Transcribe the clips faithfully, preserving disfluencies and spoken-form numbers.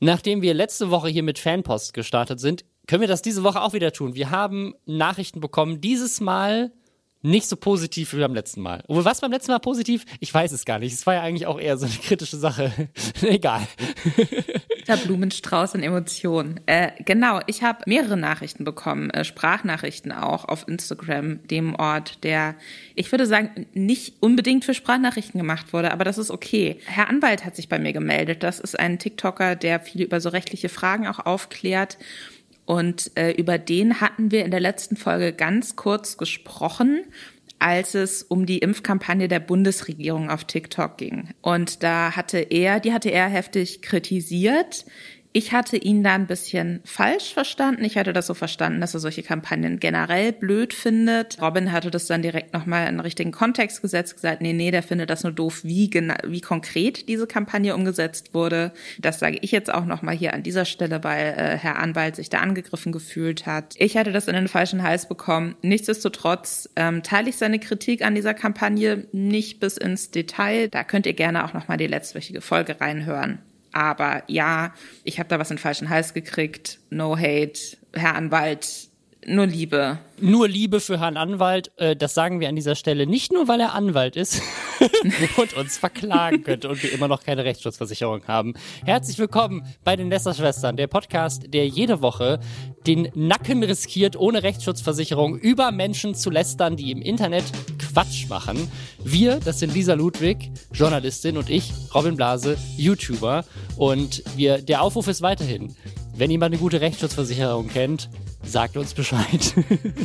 Nachdem wir letzte Woche hier mit Fanpost gestartet sind, können wir das diese Woche auch wieder tun. Wir haben Nachrichten bekommen, dieses Mal nicht so positiv wie beim letzten Mal. Obwohl, was beim letzten Mal positiv? Ich weiß es gar nicht. Es war ja eigentlich auch eher so eine kritische Sache. Egal. Der Blumenstrauß an Emotionen. Äh, genau, ich habe mehrere Nachrichten bekommen, äh, Sprachnachrichten auch auf Instagram, dem Ort, der, ich würde sagen, nicht unbedingt für Sprachnachrichten gemacht wurde, aber das ist okay. Herr Anwalt hat sich bei mir gemeldet. Das ist ein TikToker, der viel über so rechtliche Fragen auch aufklärt. Und äh, über den hatten wir in der letzten Folge ganz kurz gesprochen, als es um die Impfkampagne der Bundesregierung auf TikTok ging. Und da hatte er, die hatte er heftig kritisiert. Ich hatte ihn da ein bisschen falsch verstanden. Ich hatte das so verstanden, dass er solche Kampagnen generell blöd findet. Robin hatte das dann direkt nochmal in den richtigen Kontext gesetzt, gesagt, nee, nee, der findet das nur doof, wie genau, wie konkret diese Kampagne umgesetzt wurde. Das sage ich jetzt auch nochmal hier an dieser Stelle, weil äh, Herr Anwalt sich da angegriffen gefühlt hat. Ich hatte das in den falschen Hals bekommen. Nichtsdestotrotz ähm, teile ich seine Kritik an dieser Kampagne nicht bis ins Detail. Da könnt ihr gerne auch nochmal die letztwöchige Folge reinhören. Aber ja, ich habe da was in den falschen Hals gekriegt. No hate, Herr Anwalt, nur Liebe. Nur Liebe für Herrn Anwalt. Das sagen wir an dieser Stelle nicht nur, weil er Anwalt ist und uns verklagen könnte und wir immer noch keine Rechtsschutzversicherung haben. Herzlich willkommen bei den Lästerschwestern, der Podcast, der jede Woche den Nacken riskiert, ohne Rechtsschutzversicherung über Menschen zu lästern, die im Internet Quatsch machen. Wir, das sind Lisa Ludwig, Journalistin, und ich, Robin Blase, YouTuber. Und wir, der Aufruf ist weiterhin, wenn jemand eine gute Rechtsschutzversicherung kennt, sagt uns Bescheid.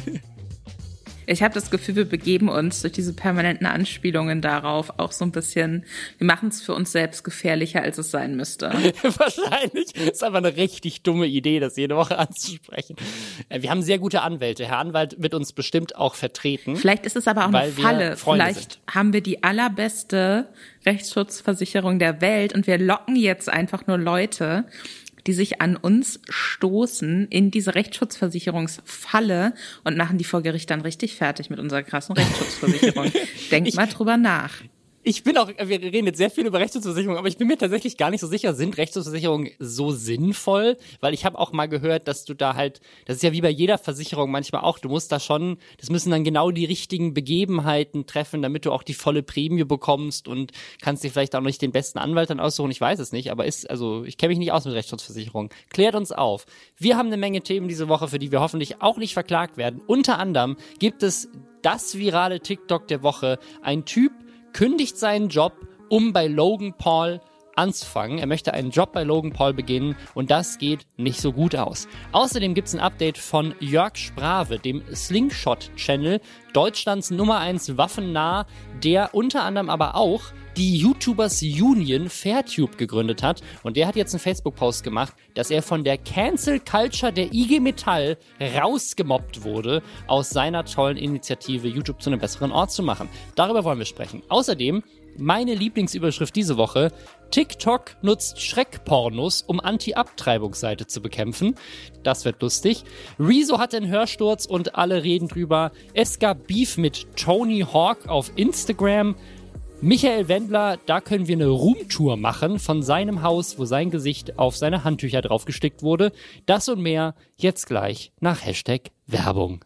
Ich habe das Gefühl, wir begeben uns durch diese permanenten Anspielungen darauf auch so ein bisschen, wir machen es für uns selbst gefährlicher, als es sein müsste. Wahrscheinlich. Das ist aber eine richtig dumme Idee, das jede Woche anzusprechen. Wir haben sehr gute Anwälte. Herr Anwalt wird uns bestimmt auch vertreten. Vielleicht ist es aber auch eine Falle. Vielleicht sind. Haben wir die allerbeste Rechtsschutzversicherung der Welt und wir locken jetzt einfach nur Leute, die sich an uns stoßen in diese Rechtsschutzversicherungsfalle und machen die vor Gericht dann richtig fertig mit unserer krassen Rechtsschutzversicherung. Denkt ich, mal drüber nach. Ich bin auch, wir reden jetzt sehr viel über Rechtsschutzversicherung, aber ich bin mir tatsächlich gar nicht so sicher, sind Rechtsschutzversicherungen so sinnvoll? Weil ich habe auch mal gehört, dass du da halt, das ist ja wie bei jeder Versicherung manchmal auch, du musst da schon, das müssen dann genau die richtigen Begebenheiten treffen, damit du auch die volle Prämie bekommst und kannst dir vielleicht auch nicht den besten Anwalt dann aussuchen, ich weiß es nicht, aber ist, also ich kenne mich nicht aus mit Rechtsschutzversicherung. Klärt uns auf. Wir haben eine Menge Themen diese Woche, für die wir hoffentlich auch nicht verklagt werden. Unter anderem gibt es das virale TikTok der Woche, ein Typ kündigt seinen Job, um bei Logan Paul anzufangen. Er möchte einen Job bei Logan Paul beginnen und das geht nicht so gut aus. Außerdem gibt es ein Update von Jörg Sprave, dem Slingshot-Channel, Deutschlands Nummer eins Waffennah, der unter anderem aber auch die YouTubers Union Fairtube gegründet hat. Und der hat jetzt einen Facebook-Post gemacht, dass er von der Cancel Culture der I G Metall rausgemobbt wurde, aus seiner tollen Initiative, YouTube zu einem besseren Ort zu machen. Darüber wollen wir sprechen. Außerdem meine Lieblingsüberschrift diese Woche: TikTok nutzt Schreckpornos, um Anti-Abtreibungsseite zu bekämpfen. Das wird lustig. Rezo hat den Hörsturz und alle reden drüber. Es gab Beef mit Tony Hawk auf Instagram. Michael Wendler, da können wir eine Roomtour machen von seinem Haus, wo sein Gesicht auf seine Handtücher draufgestickt wurde. Das und mehr jetzt gleich nach Hashtag Werbung.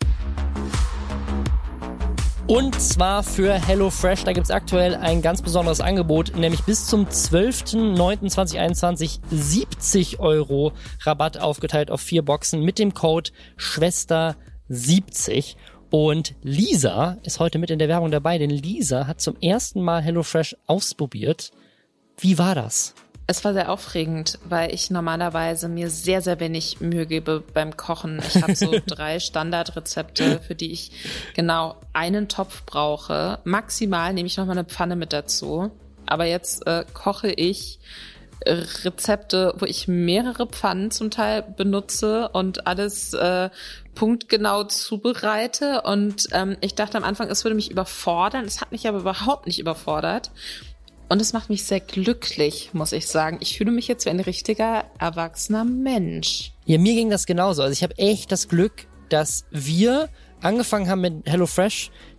Und zwar für HelloFresh, da gibt's aktuell ein ganz besonderes Angebot, nämlich bis zum zwölften neunten zweitausendeinundzwanzig siebzig Euro Rabatt aufgeteilt auf vier Boxen mit dem Code Schwester siebzig. Und Lisa ist heute mit in der Werbung dabei, denn Lisa hat zum ersten Mal HelloFresh ausprobiert. Wie war das? Es war sehr aufregend, weil ich normalerweise mir sehr, sehr wenig Mühe gebe beim Kochen. Ich habe so drei Standardrezepte, für die ich genau einen Topf brauche. Maximal nehme ich noch mal eine Pfanne mit dazu. Aber jetzt äh, koche ich Rezepte, wo ich mehrere Pfannen zum Teil benutze und alles äh, punktgenau zubereite. Und ähm, ich dachte am Anfang, es würde mich überfordern. Es hat mich aber überhaupt nicht überfordert. Und es macht mich sehr glücklich, muss ich sagen. Ich fühle mich jetzt wie ein richtiger, erwachsener Mensch. Ja, mir ging das genauso. Also ich habe echt das Glück, dass wir angefangen haben mit HelloFresh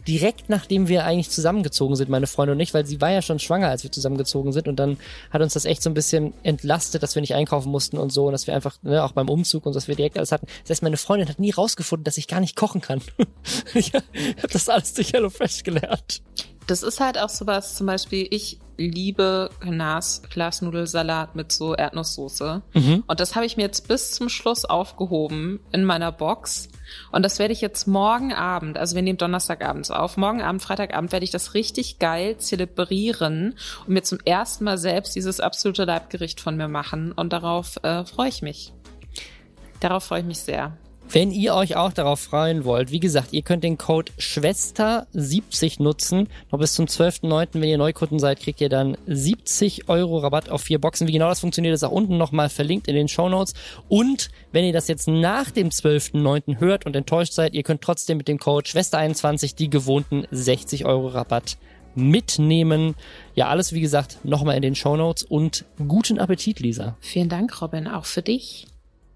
direkt nachdem wir eigentlich zusammengezogen sind, meine Freundin und ich, weil sie war ja schon schwanger, als wir zusammengezogen sind und dann hat uns das echt so ein bisschen entlastet, dass wir nicht einkaufen mussten und so und dass wir einfach, ne, auch beim Umzug und so, dass wir direkt alles hatten. Das heißt, meine Freundin hat nie rausgefunden, dass ich gar nicht kochen kann. Ich habe das alles durch HelloFresh gelernt. Das ist halt auch sowas, zum Beispiel, ich liebe Glas, Glasnudelsalat mit so Erdnusssoße. Mhm. Und das habe ich mir jetzt bis zum Schluss aufgehoben in meiner Box. Und das werde ich jetzt morgen Abend, also wir nehmen Donnerstagabends auf, morgen Abend, Freitagabend werde ich das richtig geil zelebrieren und mir zum ersten Mal selbst dieses absolute Leibgericht von mir machen. Und darauf äh, freue ich mich. Darauf freue ich mich sehr. Wenn ihr euch auch darauf freuen wollt, wie gesagt, ihr könnt den Code Schwester siebzig nutzen. Noch bis zum zwölften neunten Wenn ihr Neukunden seid, kriegt ihr dann siebzig Euro Rabatt auf vier Boxen. Wie genau das funktioniert, ist auch unten nochmal verlinkt in den Shownotes. Und wenn ihr das jetzt nach dem zwölften neunten hört und enttäuscht seid, ihr könnt trotzdem mit dem Code Schwester einundzwanzig die gewohnten sechzig Euro Rabatt mitnehmen. Ja, alles wie gesagt nochmal in den Shownotes und guten Appetit, Lisa. Vielen Dank, Robin, auch für dich.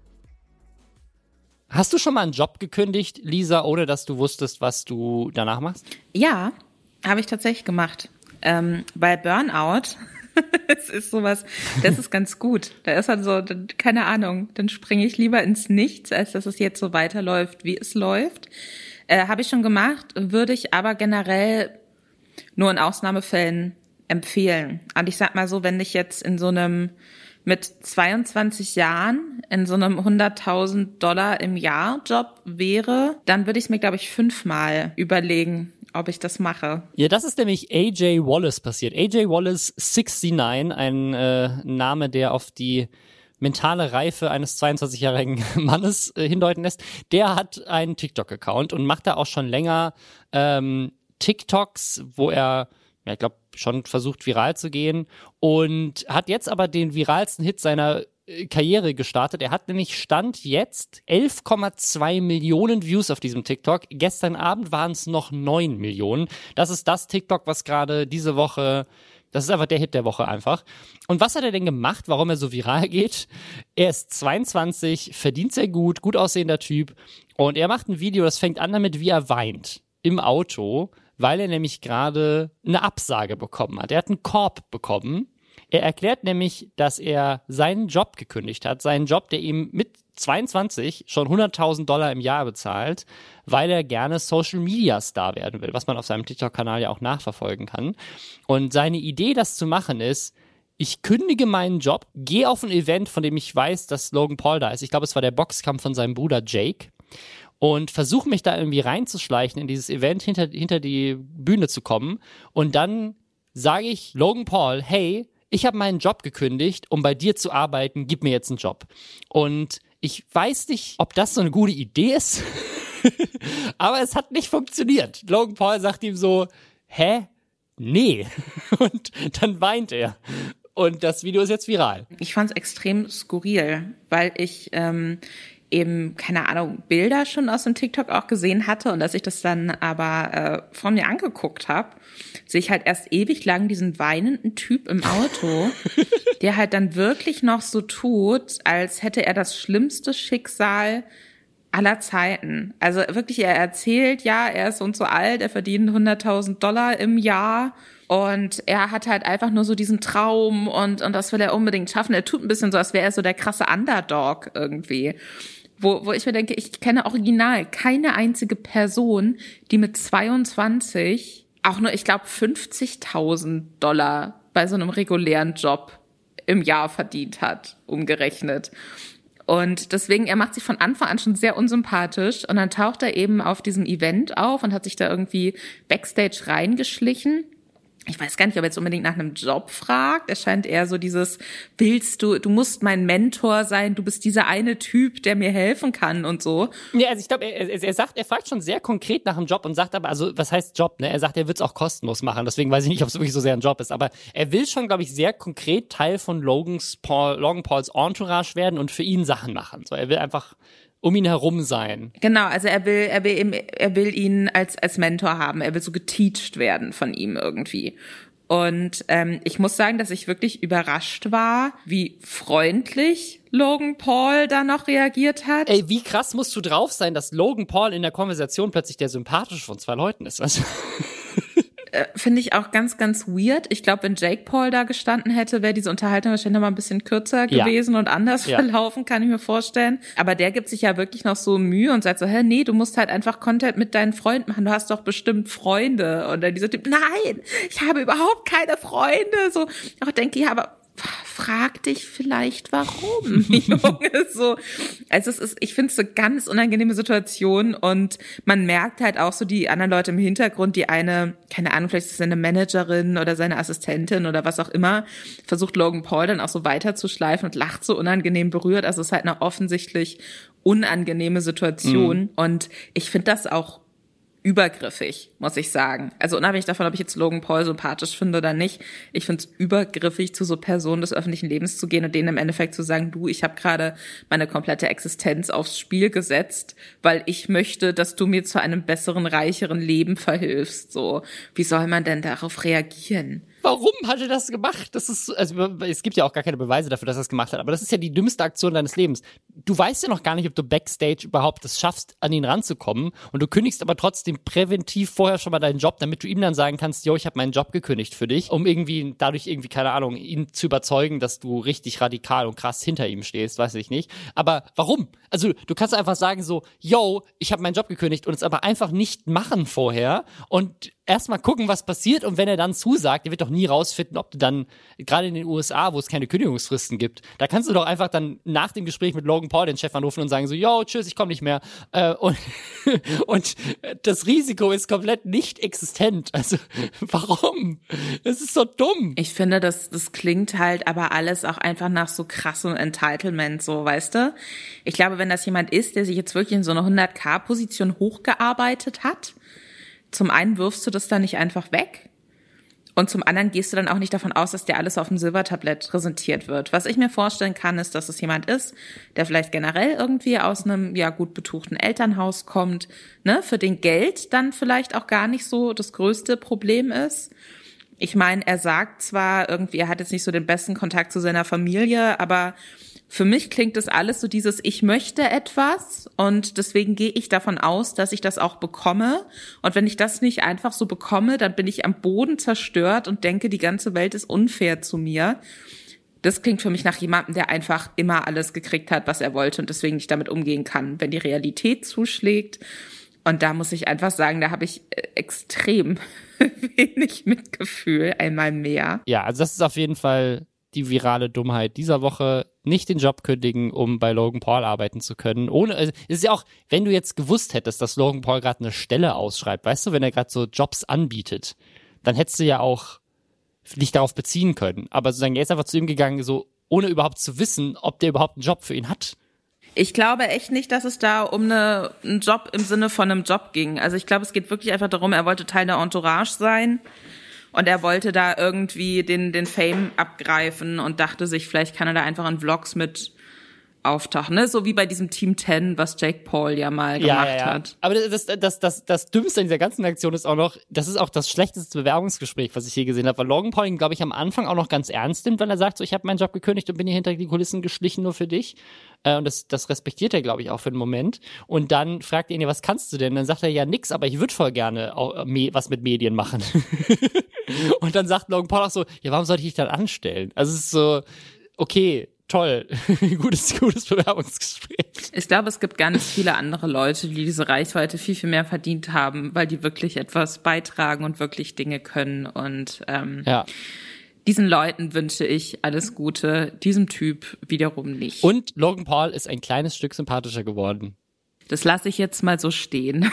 Hast du schon mal einen Job gekündigt, Lisa, ohne dass du wusstest, was du danach machst? Ja, habe ich tatsächlich gemacht. Ähm, bei Burnout, es ist sowas, das ist ganz gut. Da ist halt so, keine Ahnung, dann springe ich lieber ins Nichts, als dass es jetzt so weiterläuft, wie es läuft. Äh, habe ich schon gemacht, würde ich aber generell nur in Ausnahmefällen empfehlen. Und ich sag mal so, wenn ich jetzt in so einem mit zweiundzwanzig Jahren in so einem hunderttausend Dollar im Jahr Job wäre, dann würde ich es mir, glaube ich, fünfmal überlegen, ob ich das mache. Ja, das ist nämlich A J Wallace passiert. A J Wallace neunundsechzig, ein äh, Name, der auf die mentale Reife eines zweiundzwanzigjährigen Mannes äh, hindeuten lässt. Der hat einen TikTok-Account und macht da auch schon länger ähm, TikToks, wo er, ja, ich glaube, schon versucht, viral zu gehen und hat jetzt aber den viralsten Hit seiner Karriere gestartet. Er hat nämlich Stand jetzt elf Komma zwei Millionen Views auf diesem TikTok. Gestern Abend waren es noch neun Millionen. Das ist das TikTok, was gerade diese Woche, das ist einfach der Hit der Woche einfach. Und was hat er denn gemacht, warum er so viral geht? Er ist zweiundzwanzig, verdient sehr gut, gut aussehender Typ und er macht ein Video, das fängt an damit, wie er weint im Auto, weil er nämlich gerade eine Absage bekommen hat. Er hat einen Korb bekommen. Er erklärt nämlich, dass er seinen Job gekündigt hat, seinen Job, der ihm mit zweiundzwanzig schon hunderttausend Dollar im Jahr bezahlt, weil er gerne Social-Media-Star werden will, was man auf seinem TikTok-Kanal ja auch nachverfolgen kann. Und seine Idee, das zu machen, ist, ich kündige meinen Job, gehe auf ein Event, von dem ich weiß, dass Logan Paul da ist. Ich glaube, es war der Boxkampf von seinem Bruder Jake. Und versuche mich da irgendwie reinzuschleichen in dieses Event, hinter, hinter die Bühne zu kommen. Und dann sage ich Logan Paul, hey, ich habe meinen Job gekündigt, um bei dir zu arbeiten, gib mir jetzt einen Job. Und ich weiß nicht, ob das so eine gute Idee ist, aber es hat nicht funktioniert. Logan Paul sagt ihm so, hä? Nee. Und dann weint er. Und das Video ist jetzt viral. Ich fand es extrem skurril, weil ich ähm, eben, keine Ahnung, Bilder schon aus dem TikTok auch gesehen hatte und als ich das dann aber äh, von mir angeguckt habe, sehe ich halt erst ewig lang diesen weinenden Typ im Auto, der halt dann wirklich noch so tut, als hätte er das schlimmste Schicksal aller Zeiten. Also wirklich, er erzählt, ja, er ist so und so alt, er verdient hunderttausend Dollar im Jahr und er hat halt einfach nur so diesen Traum und und das will er unbedingt schaffen. Er tut ein bisschen so, als wäre er so der krasse Underdog irgendwie. Wo, wo ich mir denke, ich kenne original keine einzige Person, die mit zweiundzwanzig auch nur, ich glaube, fünfzigtausend Dollar bei so einem regulären Job im Jahr verdient hat, umgerechnet. Und deswegen, er macht sich von Anfang an schon sehr unsympathisch und dann taucht er eben auf diesem Event auf und hat sich da irgendwie Backstage reingeschlichen. Ich weiß gar nicht, ob er jetzt unbedingt nach einem Job fragt. Er scheint eher so dieses, willst du, du musst mein Mentor sein, du bist dieser eine Typ, der mir helfen kann und so. Ja, also ich glaube, er, er, er sagt, er fragt schon sehr konkret nach einem Job und sagt aber, also was heißt Job, ne? Er sagt, er wird es auch kostenlos machen, deswegen weiß ich nicht, ob es wirklich so sehr ein Job ist, aber er will schon, glaube ich, sehr konkret Teil von Logans Paul, Logan Pauls Entourage werden und für ihn Sachen machen. So, er will einfach um ihn herum sein. Genau, also er will, er will, ihm, er will ihn als als Mentor haben. Er will so geteacht werden von ihm irgendwie. Und ähm, ich muss sagen, dass ich wirklich überrascht war, wie freundlich Logan Paul da noch reagiert hat. Ey, wie krass musst du drauf sein, dass Logan Paul in der Konversation plötzlich der sympathische von zwei Leuten ist. Also Äh, finde ich auch ganz, ganz weird. Ich glaube, wenn Jake Paul da gestanden hätte, wäre diese Unterhaltung wahrscheinlich noch mal ein bisschen kürzer Ja. gewesen und anders Ja. verlaufen, kann ich mir vorstellen. Aber der gibt sich ja wirklich noch so Mühe und sagt so, hä, nee, du musst halt einfach Content mit deinen Freunden machen. Du hast doch bestimmt Freunde. Und dann dieser Typ, nein, ich habe überhaupt keine Freunde. So, ich denke, ja, aber frag dich vielleicht, warum, Junge, so. Also es ist, ich finde es eine ganz unangenehme Situation und man merkt halt auch so die anderen Leute im Hintergrund, die eine, keine Ahnung, vielleicht ist es seine Managerin oder seine Assistentin oder was auch immer, versucht Logan Paul dann auch so weiterzuschleifen und lacht so unangenehm berührt. Also es ist halt eine offensichtlich unangenehme Situation Mhm. und ich finde das auch übergriffig, muss ich sagen. Also unabhängig davon, ob ich jetzt Logan Paul sympathisch finde oder nicht, ich finde es übergriffig, zu so Personen des öffentlichen Lebens zu gehen und denen im Endeffekt zu sagen, du, ich habe gerade meine komplette Existenz aufs Spiel gesetzt, weil ich möchte, dass du mir zu einem besseren, reicheren Leben verhilfst. So, wie soll man denn darauf reagieren? warum hat er das gemacht? Das ist, also es gibt ja auch gar keine Beweise dafür, dass er es gemacht hat, aber das ist ja die dümmste Aktion deines Lebens. Du weißt ja noch gar nicht, ob du Backstage überhaupt es schaffst, an ihn ranzukommen und du kündigst aber trotzdem präventiv vorher schon mal deinen Job, damit du ihm dann sagen kannst, yo, ich habe meinen Job gekündigt für dich, um irgendwie dadurch irgendwie, keine Ahnung, ihn zu überzeugen, dass du richtig radikal und krass hinter ihm stehst, weiß ich nicht. Aber warum? Also du kannst einfach sagen so, yo, ich habe meinen Job gekündigt und es aber einfach nicht machen vorher und erstmal gucken, was passiert und wenn er dann zusagt, der wird doch nie rausfinden, ob du dann, gerade in den U S A, wo es keine Kündigungsfristen gibt, da kannst du doch einfach dann nach dem Gespräch mit Logan Paul den Chef anrufen und sagen so, yo, tschüss, ich komme nicht mehr. Äh, und, und das Risiko ist komplett nicht existent. Also, warum? Das ist so dumm. Ich finde, das, das klingt halt aber alles auch einfach nach so krassem Entitlement, so, weißt du? Ich glaube, wenn das jemand ist, der sich jetzt wirklich in so eine hundert-K-Position hochgearbeitet hat, zum einen wirfst du das dann nicht einfach weg und zum anderen gehst du dann auch nicht davon aus, dass dir alles auf dem Silbertablett präsentiert wird. Was ich mir vorstellen kann, ist, dass es jemand ist, der vielleicht generell irgendwie aus einem ja gut betuchten Elternhaus kommt, ne, für den Geld dann vielleicht auch gar nicht so das größte Problem ist. Ich meine, er sagt zwar irgendwie, er hat jetzt nicht so den besten Kontakt zu seiner Familie, aber für mich klingt das alles so dieses, ich möchte etwas und deswegen gehe ich davon aus, dass ich das auch bekomme. Und wenn ich das nicht einfach so bekomme, dann bin ich am Boden zerstört und denke, die ganze Welt ist unfair zu mir. Das klingt für mich nach jemandem, der einfach immer alles gekriegt hat, was er wollte und deswegen nicht damit umgehen kann, wenn die Realität zuschlägt. Und da muss ich einfach sagen, da habe ich extrem wenig Mitgefühl, einmal mehr. Ja, also das ist auf jeden Fall die virale Dummheit dieser Woche. Nicht den Job kündigen, um bei Logan Paul arbeiten zu können. Ohne, also, es ist ja auch, wenn du jetzt gewusst hättest, dass Logan Paul gerade eine Stelle ausschreibt, weißt du, wenn er gerade so Jobs anbietet, dann hättest du ja auch dich darauf beziehen können. Aber sozusagen, er ist einfach zu ihm gegangen, so ohne überhaupt zu wissen, ob der überhaupt einen Job für ihn hat. Ich glaube echt nicht, dass es da um eine, einen Job im Sinne von einem Job ging. Also ich glaube, es geht wirklich einfach darum, er wollte Teil der Entourage sein. Und er wollte da irgendwie den, den Fame abgreifen und dachte sich, vielleicht kann er da einfach in Vlogs mit auftauchen, ne? So wie bei diesem Team zehn, was Jake Paul ja mal gemacht ja, ja, ja. hat. Aber das, das, das, das Dümmste an dieser ganzen Aktion ist auch noch, das ist auch das schlechteste Bewerbungsgespräch, was ich je gesehen habe, weil Logan Paul ihn, glaube ich, am Anfang auch noch ganz ernst nimmt, weil er sagt, so, ich habe meinen Job gekündigt und bin hier hinter die Kulissen geschlichen nur für dich. Äh, und das, das respektiert er, glaube ich, auch für einen Moment. Und dann fragt er ihn, ja, was kannst du denn? Und dann sagt er, ja, nix, aber ich würde voll gerne auch, äh, was mit Medien machen. Und dann sagt Logan Paul auch so, ja, warum sollte ich dich dann anstellen? Also es ist so, okay, toll, gutes, gutes Bewerbungsgespräch. Ich glaube, es gibt ganz viele andere Leute, die diese Reichweite viel, viel mehr verdient haben, weil die wirklich etwas beitragen und wirklich Dinge können. Und ähm, ja. diesen Leuten wünsche ich alles Gute, diesem Typ wiederum nicht. Und Logan Paul ist ein kleines Stück sympathischer geworden. Das lasse ich jetzt mal so stehen.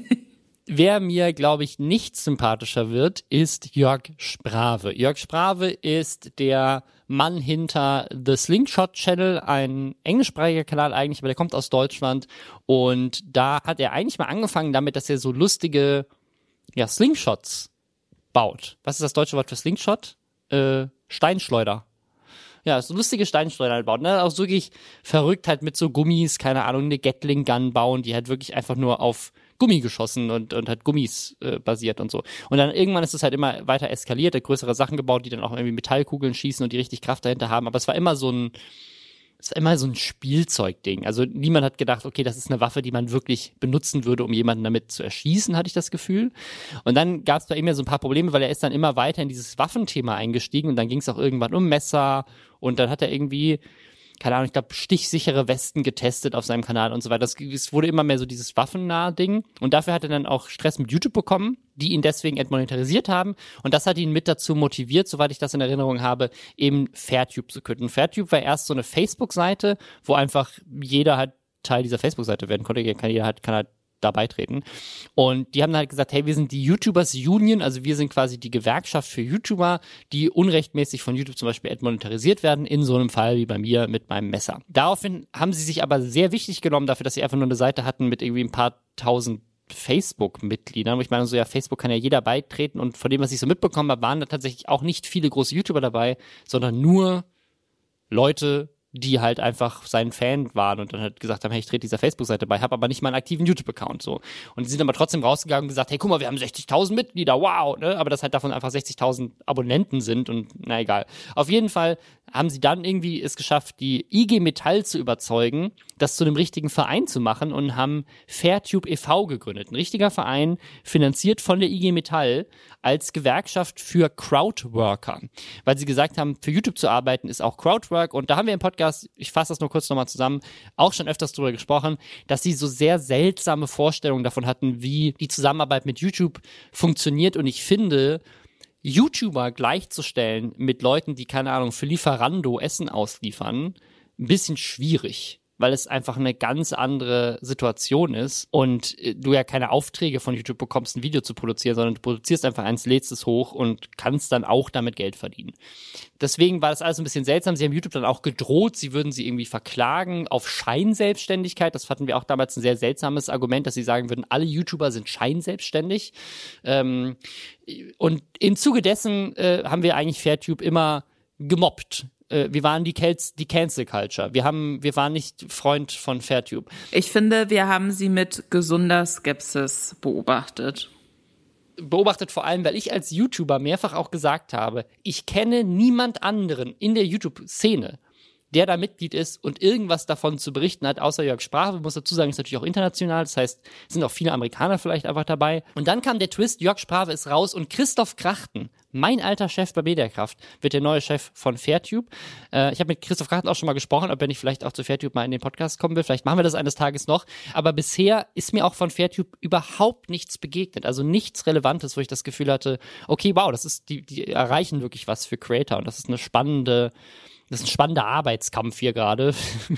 Wer mir, glaube ich, nicht sympathischer wird, ist Jörg Sprave. Jörg Sprave ist der Mann hinter The Slingshot Channel, ein englischsprachiger Kanal eigentlich, aber der kommt aus Deutschland. Und da hat er eigentlich mal angefangen damit, dass er so lustige ja, Slingshots baut. Was ist das deutsche Wort für Slingshot? Äh, Steinschleuder. Ja, so lustige Steinschleuder halt baut, ne? Auch so wirklich verrückt halt mit so Gummis, keine Ahnung, eine Gatling Gun bauen, die halt wirklich einfach nur auf Gummi geschossen und, und hat Gummis äh, basiert und so. Und dann irgendwann ist es halt immer weiter eskaliert, hat größere Sachen gebaut, die dann auch irgendwie Metallkugeln schießen und die richtig Kraft dahinter haben. Aber es war immer so ein, es war immer so ein Spielzeugding. Also niemand hat gedacht, okay, das ist eine Waffe, die man wirklich benutzen würde, um jemanden damit zu erschießen, hatte ich das Gefühl. Und dann gab es bei ihm ja so ein paar Probleme, weil er ist dann immer weiter in dieses Waffenthema eingestiegen und dann ging es auch irgendwann um Messer und dann hat er irgendwie, keine Ahnung, ich glaube, stichsichere Westen getestet auf seinem Kanal und so weiter. Es wurde immer mehr so dieses waffennah Ding. Und dafür hat er dann auch Stress mit YouTube bekommen, die ihn deswegen entmonetarisiert haben. Und das hat ihn mit dazu motiviert, soweit ich das in Erinnerung habe, eben Fairtube zu gründen. Fairtube war erst so eine Facebook-Seite, wo einfach jeder halt Teil dieser Facebook-Seite werden konnte. Kann jeder halt, kann halt da beitreten. Und die haben dann halt gesagt, hey, wir sind die YouTubers Union, also wir sind quasi die Gewerkschaft für YouTuber, die unrechtmäßig von YouTube zum Beispiel entmonetarisiert werden, in so einem Fall wie bei mir mit meinem Messer. Daraufhin haben sie sich aber sehr wichtig genommen dafür, dass sie einfach nur eine Seite hatten mit irgendwie ein paar tausend Facebook-Mitgliedern. Und ich meine so, ja, Facebook kann ja jeder beitreten und von dem, was ich so mitbekommen habe, waren da tatsächlich auch nicht viele große YouTuber dabei, sondern nur Leute, die halt einfach sein Fan waren und dann halt gesagt haben, hey, ich trete dieser Facebook-Seite bei, habe aber nicht mal einen aktiven YouTube-Account, so. Und die sind aber trotzdem rausgegangen und gesagt, hey, guck mal, wir haben sechzigtausend Mitglieder, wow, ne, aber dass halt davon einfach sechzigtausend Abonnenten sind und na egal. Auf jeden Fall haben sie dann irgendwie es geschafft, die I G Metall zu überzeugen, das zu einem richtigen Verein zu machen und haben Fairtube e V gegründet. Ein richtiger Verein, finanziert von der I G Metall als Gewerkschaft für Crowdworker. Weil sie gesagt haben, für YouTube zu arbeiten ist auch Crowdwork und da haben wir im Podcast, ich fasse das nur kurz nochmal zusammen, auch schon öfters drüber gesprochen, dass sie so sehr seltsame Vorstellungen davon hatten, wie die Zusammenarbeit mit YouTube funktioniert und ich finde, YouTuber gleichzustellen mit Leuten, die, keine Ahnung, für Lieferando Essen ausliefern, ein bisschen schwierig, weil es einfach eine ganz andere Situation ist und du ja keine Aufträge von YouTube bekommst, ein Video zu produzieren, sondern du produzierst einfach eins, lädst es hoch und kannst dann auch damit Geld verdienen. Deswegen war das alles ein bisschen seltsam. Sie haben YouTube dann auch gedroht, sie würden sie irgendwie verklagen auf Scheinselbstständigkeit. Das fanden wir auch damals ein sehr seltsames Argument, dass sie sagen würden, alle YouTuber sind scheinselbstständig. Ähm, und im Zuge dessen äh, haben wir eigentlich Fairtube immer gemobbt. Wir waren die, Kel- die Cancel Culture. Wir haben, wir waren nicht Freund von Fairtube. Ich finde, wir haben sie mit gesunder Skepsis beobachtet. Beobachtet vor allem, weil ich als YouTuber mehrfach auch gesagt habe, ich kenne niemand anderen in der YouTube-Szene, der da Mitglied ist und irgendwas davon zu berichten hat, außer Jörg Sprave. Ich muss dazu sagen, ist natürlich auch international, das heißt, es sind auch viele Amerikaner vielleicht einfach dabei. Und dann kam der Twist, Jörg Sprave ist raus und Christoph Krachten, mein alter Chef bei Mediakraft, wird der neue Chef von Fairtube. Äh, ich habe mit Christoph Krachten auch schon mal gesprochen, ob er nicht vielleicht auch zu Fairtube mal in den Podcast kommen will. Vielleicht machen wir das eines Tages noch. Aber bisher ist mir auch von Fairtube überhaupt nichts begegnet. Also nichts Relevantes, wo ich das Gefühl hatte, okay, wow, das ist, die, die erreichen wirklich was für Creator und das ist eine spannende Das ist ein spannender Arbeitskampf hier gerade.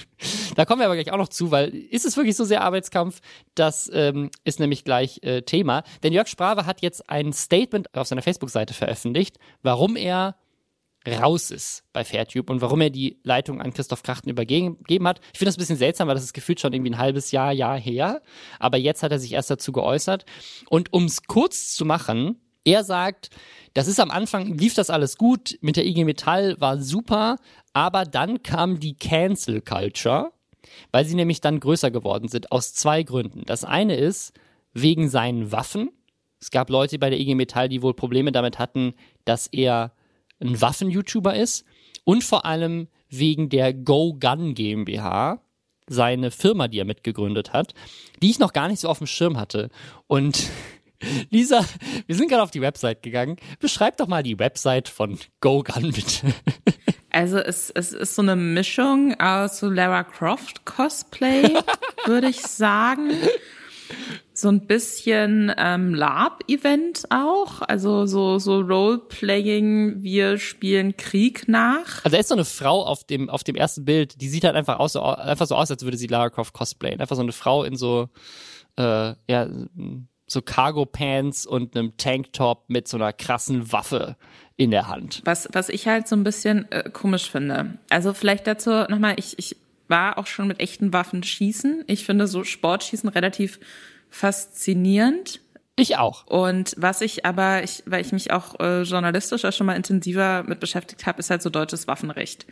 Da kommen wir aber gleich auch noch zu, weil ist es wirklich so sehr Arbeitskampf? Das ähm, ist nämlich gleich äh, Thema. Denn Jörg Sprave hat jetzt ein Statement auf seiner Facebook-Seite veröffentlicht, warum er raus ist bei Fairtube und warum er die Leitung an Christoph Krachten übergeben hat. Ich finde das ein bisschen seltsam, weil das ist gefühlt schon irgendwie ein halbes Jahr, Jahr her. Aber jetzt hat er sich erst dazu geäußert. Und um es kurz zu machen, er sagt, das ist am Anfang, lief das alles gut, mit der I G Metall war super, aber dann kam die Cancel Culture, weil sie nämlich dann größer geworden sind, aus zwei Gründen. Das eine ist, wegen seinen Waffen. Es gab Leute bei der I G Metall, die wohl Probleme damit hatten, dass er ein Waffen-YouTuber ist und vor allem wegen der Go Gun GmbH, seine Firma, die er mitgegründet hat, die ich noch gar nicht so auf dem Schirm hatte. Und Lisa, wir sind gerade auf die Website gegangen. Beschreib doch mal die Website von Go Gun, bitte. Also es, es ist so eine Mischung aus so Lara Croft Cosplay, würde ich sagen. So ein bisschen ähm, Lab-Event auch, also so so Roleplaying, wir spielen Krieg nach. Also da ist so eine Frau auf dem auf dem ersten Bild, die sieht halt einfach aus so, einfach so aus, als würde sie Lara Croft cosplayen. Einfach so eine Frau in so äh, ja so Cargo-Pants und einem Tanktop mit so einer krassen Waffe in der Hand. Was was ich halt so ein bisschen äh, komisch finde. Also vielleicht dazu nochmal, ich ich war auch schon mit echten Waffen schießen. Ich finde so Sportschießen relativ faszinierend. Ich auch. Und was ich aber, ich, weil ich mich auch äh, journalistisch auch schon mal intensiver mit beschäftigt habe, ist halt so deutsches Waffenrecht.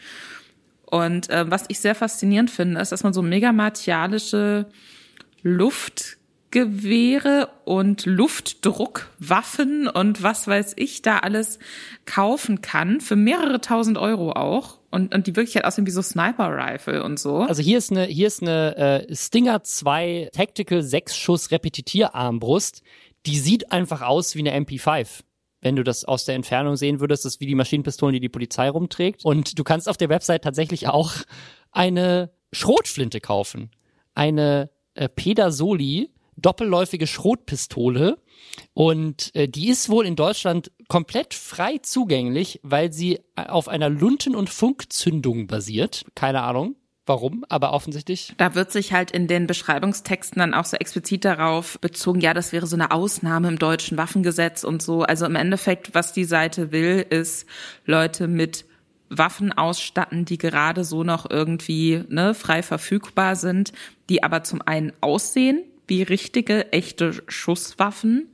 Und äh, was ich sehr faszinierend finde, ist, dass man so mega martialische Luft Gewehre und Luftdruckwaffen und was weiß ich da alles kaufen kann, für mehrere tausend Euro auch. Und, und die wirklich halt aussehen wie so Sniper-Rifle und so. Also hier ist eine, hier ist eine äh, Stinger zwei Tactical sechs Schuss Repetitierarmbrust. Die sieht einfach aus wie eine M P fünf. Wenn du das aus der Entfernung sehen würdest, das ist wie die Maschinenpistolen, die die Polizei rumträgt. Und du kannst auf der Website tatsächlich auch eine Schrotflinte kaufen. Eine äh, Pedersoli doppelläufige Schrotpistole. Und äh, die ist wohl in Deutschland komplett frei zugänglich, weil sie auf einer Lunten- und Funkzündung basiert. Keine Ahnung warum, aber offensichtlich. Da wird sich halt in den Beschreibungstexten dann auch so explizit darauf bezogen, ja, das wäre so eine Ausnahme im deutschen Waffengesetz und so. Also im Endeffekt, was die Seite will, ist Leute mit Waffen ausstatten, die gerade so noch irgendwie ne, frei verfügbar sind, die aber zum einen aussehen wie richtige, echte Schusswaffen.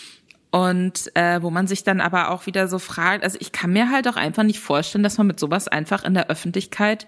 Und äh, wo man sich dann aber auch wieder so fragt, also ich kann mir halt auch einfach nicht vorstellen, dass man mit sowas einfach in der Öffentlichkeit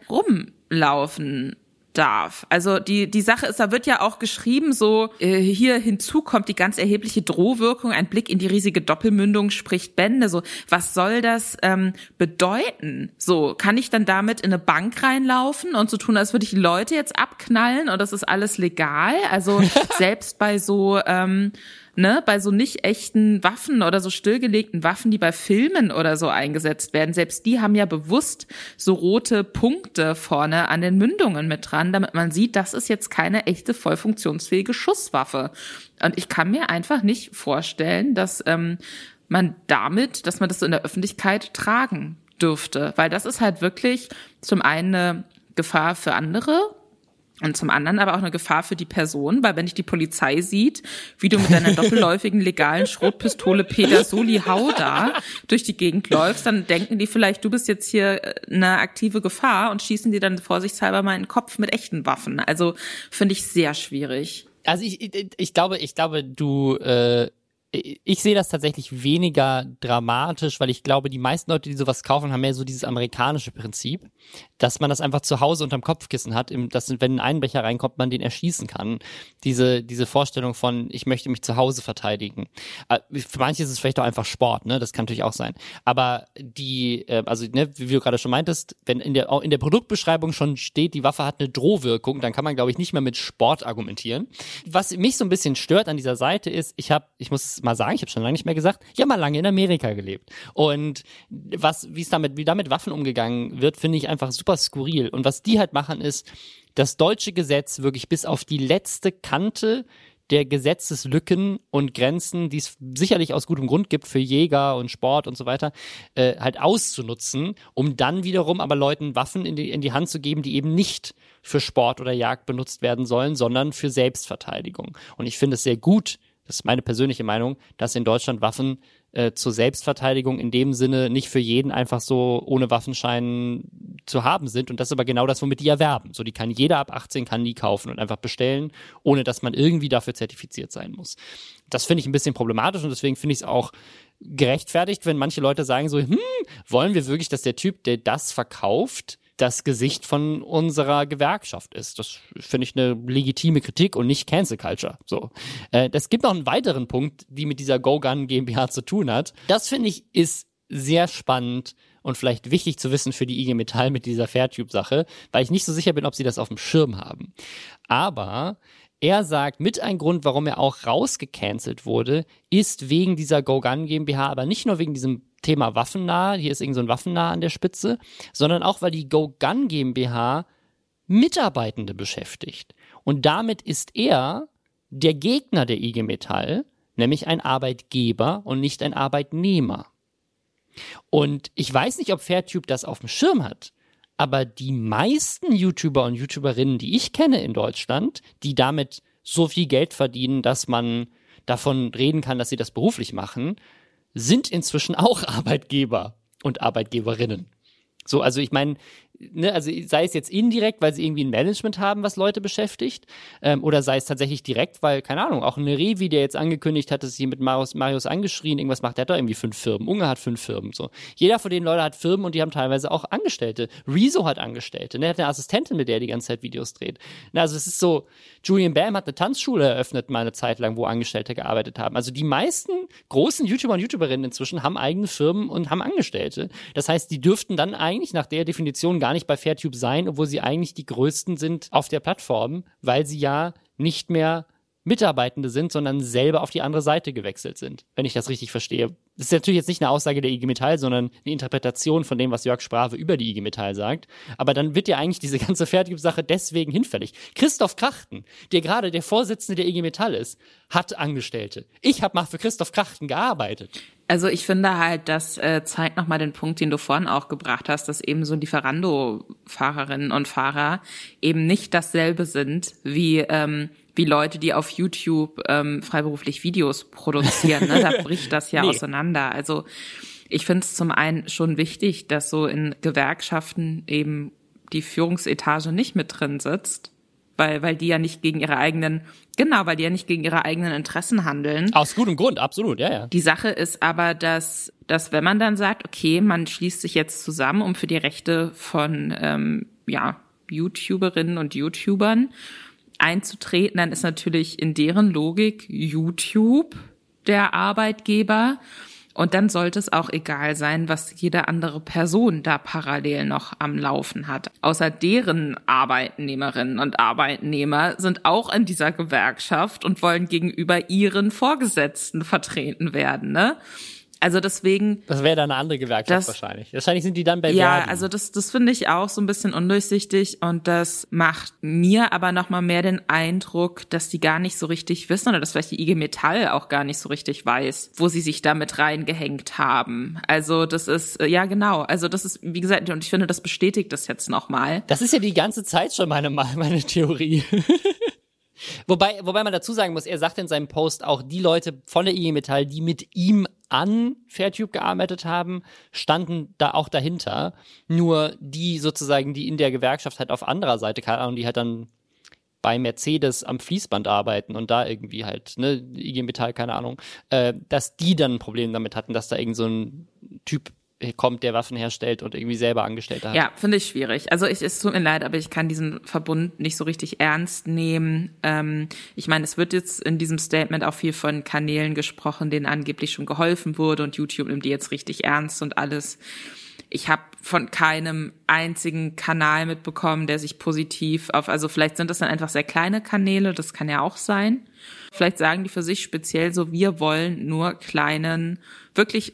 rumlaufen darf. Also die die Sache ist, da wird ja auch geschrieben, so äh, hier hinzu kommt die ganz erhebliche Drohwirkung, ein Blick in die riesige Doppelmündung spricht Bände. So, was soll das ähm, bedeuten? So, kann ich dann damit in eine Bank reinlaufen und so tun, als würde ich Leute jetzt abknallen und das ist alles legal? Also selbst bei so ähm, ne, bei so nicht echten Waffen oder so stillgelegten Waffen, die bei Filmen oder so eingesetzt werden, selbst die haben ja bewusst so rote Punkte vorne an den Mündungen mit dran, damit man sieht, das ist jetzt keine echte, voll funktionsfähige Schusswaffe. Und ich kann mir einfach nicht vorstellen, dass ähm, man damit, dass man das so in der Öffentlichkeit tragen dürfte. Weil das ist halt wirklich zum einen eine Gefahr für andere, und zum anderen aber auch eine Gefahr für die Person, weil wenn dich die Polizei sieht, wie du mit deiner doppelläufigen legalen Schrotpistole Pedersoli Hauda durch die Gegend läufst, dann denken die vielleicht, du bist jetzt hier eine aktive Gefahr und schießen dir dann vorsichtshalber mal in den Kopf mit echten Waffen. Also finde ich sehr schwierig. Also ich, ich, ich glaube, ich glaube, du äh ich sehe das tatsächlich weniger dramatisch, weil ich glaube, die meisten Leute, die sowas kaufen, haben mehr so dieses amerikanische Prinzip, dass man das einfach zu Hause unterm Kopfkissen hat, dass wenn ein Einbrecher reinkommt, man den erschießen kann. Diese diese Vorstellung von, ich möchte mich zu Hause verteidigen. Für manche ist es vielleicht auch einfach Sport, ne? Das kann natürlich auch sein. Aber die, also ne, wie du gerade schon meintest, wenn in der in der Produktbeschreibung schon steht, die Waffe hat eine Drohwirkung, dann kann man, glaube ich, nicht mehr mit Sport argumentieren. Was mich so ein bisschen stört an dieser Seite ist, ich habe, ich muss mal sagen, ich habe schon lange nicht mehr gesagt, ich habe mal lange in Amerika gelebt. Und was, wie es damit, wie damit Waffen umgegangen wird, finde ich einfach super skurril. Und was die halt machen, ist, das deutsche Gesetz wirklich bis auf die letzte Kante der Gesetzeslücken und Grenzen, die es sicherlich aus gutem Grund gibt für Jäger und Sport und so weiter, äh, halt auszunutzen, um dann wiederum aber Leuten Waffen in die, in die Hand zu geben, die eben nicht für Sport oder Jagd benutzt werden sollen, sondern für Selbstverteidigung. Und ich finde es sehr gut, das ist meine persönliche Meinung, dass in Deutschland Waffen äh, zur Selbstverteidigung in dem Sinne nicht für jeden einfach so ohne Waffenschein zu haben sind. Und das ist aber genau das, womit die erwerben. So, die kann jeder ab achtzehn kann die kaufen und einfach bestellen, ohne dass man irgendwie dafür zertifiziert sein muss. Das finde ich ein bisschen problematisch und deswegen finde ich es auch gerechtfertigt, wenn manche Leute sagen so, hm, wollen wir wirklich, dass der Typ, der das verkauft, das Gesicht von unserer Gewerkschaft ist. Das finde ich eine legitime Kritik und nicht Cancel Culture. So, äh, es gibt noch einen weiteren Punkt, die mit dieser GoGun GmbH zu tun hat. Das finde ich ist sehr spannend und vielleicht wichtig zu wissen für die I G Metall mit dieser Fairtube-Sache, weil ich nicht so sicher bin, ob sie das auf dem Schirm haben. Aber er sagt, mit ein Grund, warum er auch rausgecancelt wurde, ist wegen dieser GoGun GmbH, aber nicht nur wegen diesem Thema Waffennah, hier ist irgend so ein Waffennah an der Spitze, sondern auch, weil die GoGun GmbH Mitarbeitende beschäftigt. Und damit ist er der Gegner der I G Metall, nämlich ein Arbeitgeber und nicht ein Arbeitnehmer. Und ich weiß nicht, ob Fairtube das auf dem Schirm hat, aber die meisten YouTuber und YouTuberinnen, die ich kenne in Deutschland, die damit so viel Geld verdienen, dass man davon reden kann, dass sie das beruflich machen, sind inzwischen auch Arbeitgeber und Arbeitgeberinnen. So, also ich meine, ne, also sei es jetzt indirekt, weil sie irgendwie ein Management haben, was Leute beschäftigt, ähm, oder sei es tatsächlich direkt, weil, keine Ahnung, auch eine Revi, der jetzt angekündigt hat, dass sie mit Marius, Marius angeschrien, irgendwas macht, der hat doch irgendwie fünf Firmen. Unge hat fünf Firmen, so. Jeder von den Leuten hat Firmen und die haben teilweise auch Angestellte. Rezo hat Angestellte, ne, hat eine Assistentin, mit der die ganze Zeit Videos dreht. Na, also es ist so, Julian Bam hat eine Tanzschule eröffnet mal eine Zeit lang, wo Angestellte gearbeitet haben. Also die meisten großen YouTuber und YouTuberinnen inzwischen haben eigene Firmen und haben Angestellte. Das heißt, die dürften dann eigentlich nach der Definition gar nicht bei Fairtube sein, obwohl sie eigentlich die größten sind auf der Plattform, weil sie ja nicht mehr Mitarbeitende sind, sondern selber auf die andere Seite gewechselt sind, wenn ich das richtig verstehe. Das ist natürlich jetzt nicht eine Aussage der I G Metall, sondern eine Interpretation von dem, was Jörg Sprave über die I G Metall sagt. Aber dann wird ja eigentlich diese ganze Fairtube-Sache deswegen hinfällig. Christoph Krachten, der gerade der Vorsitzende der I G Metall ist, hat Angestellte. Ich habe mal für Christoph Krachten gearbeitet. Also ich finde halt, das äh, zeigt nochmal den Punkt, den du vorhin auch gebracht hast, dass eben so Lieferando-Fahrerinnen und Fahrer eben nicht dasselbe sind wie ähm, wie Leute, die auf YouTube ähm, freiberuflich Videos produzieren. Ne? Da bricht das ja nee. auseinander. Also ich finde es zum einen schon wichtig, dass so in Gewerkschaften eben die Führungsetage nicht mit drin sitzt, weil weil die ja nicht gegen ihre eigenen, genau, weil die ja nicht gegen ihre eigenen Interessen handeln. Aus gutem Grund, absolut, ja, ja. Die Sache ist aber, dass, dass wenn man dann sagt, okay, man schließt sich jetzt zusammen, um für die Rechte von ähm, ja YouTuberinnen und YouTubern einzutreten, dann ist natürlich in deren Logik YouTube der Arbeitgeber. Und dann sollte es auch egal sein, was jede andere Person da parallel noch am Laufen hat. Außer deren Arbeitnehmerinnen und Arbeitnehmer sind auch in dieser Gewerkschaft und wollen gegenüber ihren Vorgesetzten vertreten werden, ne? Also deswegen. Das wäre dann eine andere Gewerkschaft das, wahrscheinlich. Wahrscheinlich sind die dann bei Ja, Verdi. also das, das finde ich auch so ein bisschen undurchsichtig und das macht mir aber nochmal mehr den Eindruck, dass die gar nicht so richtig wissen oder dass vielleicht die I G Metall auch gar nicht so richtig weiß, wo sie sich damit reingehängt haben. Also das ist, ja genau, also das ist, wie gesagt, und ich finde, das bestätigt das jetzt nochmal. Das ist ja die ganze Zeit schon meine, meine Theorie. Wobei, wobei man dazu sagen muss, er sagt in seinem Post auch, die Leute von der I G Metall, die mit ihm an Fairtube gearbeitet haben, standen da auch dahinter. Nur die sozusagen, die in der Gewerkschaft halt auf anderer Seite, keine Ahnung, die halt dann bei Mercedes am Fließband arbeiten und da irgendwie halt, ne, I G Metall, keine Ahnung, äh, dass die dann ein Problem damit hatten, dass da irgend so ein Typ kommt, der Waffen herstellt und irgendwie selber Angestellte hat. Ja, finde ich schwierig. Also ich, es tut mir leid, aber ich kann diesen Verbund nicht so richtig ernst nehmen. Ähm, ich meine, es wird jetzt in diesem Statement auch viel von Kanälen gesprochen, denen angeblich schon geholfen wurde und YouTube nimmt die jetzt richtig ernst und alles. Ich habe von keinem einzigen Kanal mitbekommen, der sich positiv auf, also vielleicht sind das dann einfach sehr kleine Kanäle, das kann ja auch sein. Vielleicht sagen die für sich speziell so, wir wollen nur kleinen, wirklich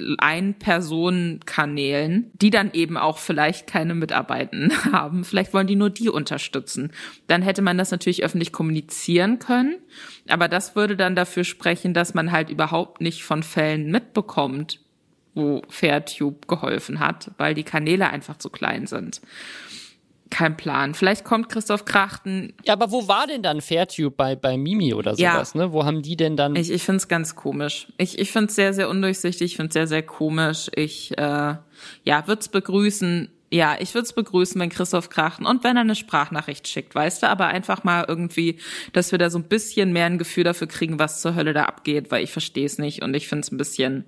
Ein-Personen-Kanälen, die dann eben auch vielleicht keine Mitarbeitenden haben. Vielleicht wollen die nur die unterstützen. Dann hätte man das natürlich öffentlich kommunizieren können. Aber das würde dann dafür sprechen, dass man halt überhaupt nicht von Fällen mitbekommt, wo Fairtube geholfen hat, weil die Kanäle einfach zu klein sind. Kein Plan. Vielleicht kommt Christoph Krachten. Ja, aber wo war denn dann Fairtube bei bei Mimi oder sowas, ja. ne? Wo haben die denn dann? Ich, ich find's ganz komisch. Ich, ich find's sehr, sehr undurchsichtig. Ich find's sehr, sehr komisch. Ich, äh, ja, würd's begrüßen. Ja, ich würd's begrüßen, wenn Christoph Krachten und wenn er eine Sprachnachricht schickt, weißt du, aber einfach mal irgendwie, dass wir da so ein bisschen mehr ein Gefühl dafür kriegen, was zur Hölle da abgeht, weil ich verstehe es nicht und ich find's ein bisschen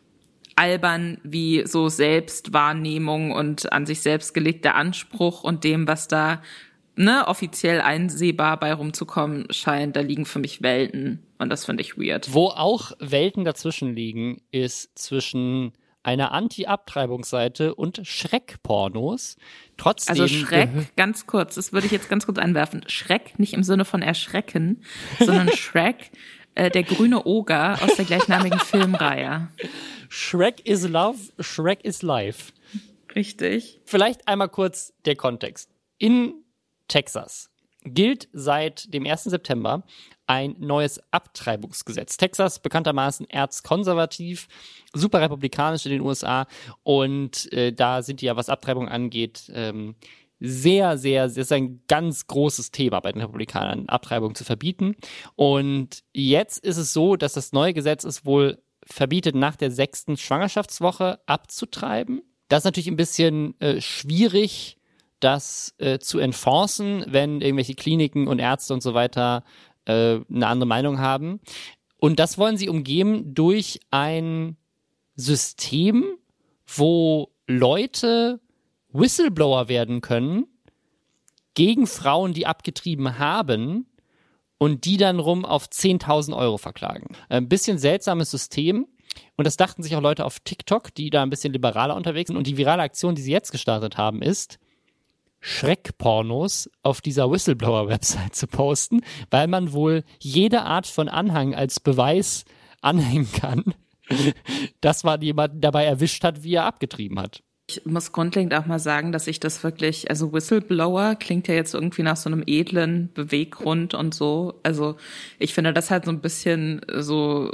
albern, wie so Selbstwahrnehmung und an sich selbst gelegter Anspruch und dem, was da ne offiziell einsehbar bei rumzukommen scheint, da liegen für mich Welten und das finde ich weird. Wo auch Welten dazwischen liegen, ist zwischen einer Anti-Abtreibungsseite und Schreckpornos. Trotzdem. Also Schreck, ganz kurz, das würde ich jetzt ganz kurz einwerfen. Schreck, nicht im Sinne von erschrecken, sondern Shrek, äh, der grüne Oger aus der gleichnamigen Filmreihe. Shrek is love, Shrek is life. Richtig. Vielleicht einmal kurz der Kontext. In Texas gilt seit dem ersten September ein neues Abtreibungsgesetz. Texas bekanntermaßen erzkonservativ, super republikanisch in den U S A und äh, da sind die ja, was Abtreibung angeht, ähm, sehr, sehr, das ist ein ganz großes Thema bei den Republikanern, Abtreibung zu verbieten. Und jetzt ist es so, dass das neue Gesetz es wohl verbietet, nach der sechsten Schwangerschaftswoche abzutreiben. Das ist natürlich ein bisschen äh, schwierig das äh, zu enforcen, wenn irgendwelche Kliniken und Ärzte und so weiter äh, eine andere Meinung haben. Und das wollen sie umgehen durch ein System, wo Leute Whistleblower werden können gegen Frauen, die abgetrieben haben und die dann rum auf zehntausend Euro verklagen. Ein bisschen seltsames System. Und das dachten sich auch Leute auf TikTok, die da ein bisschen liberaler unterwegs sind. Und die virale Aktion, die sie jetzt gestartet haben, ist, Schreckpornos auf dieser Whistleblower-Website zu posten, weil man wohl jede Art von Anhang als Beweis anhängen kann, dass man jemanden dabei erwischt hat, wie er abgetrieben hat. Ich muss grundlegend auch mal sagen, dass ich das wirklich, also Whistleblower klingt ja jetzt irgendwie nach so einem edlen Beweggrund und so. Also ich finde das halt so ein bisschen so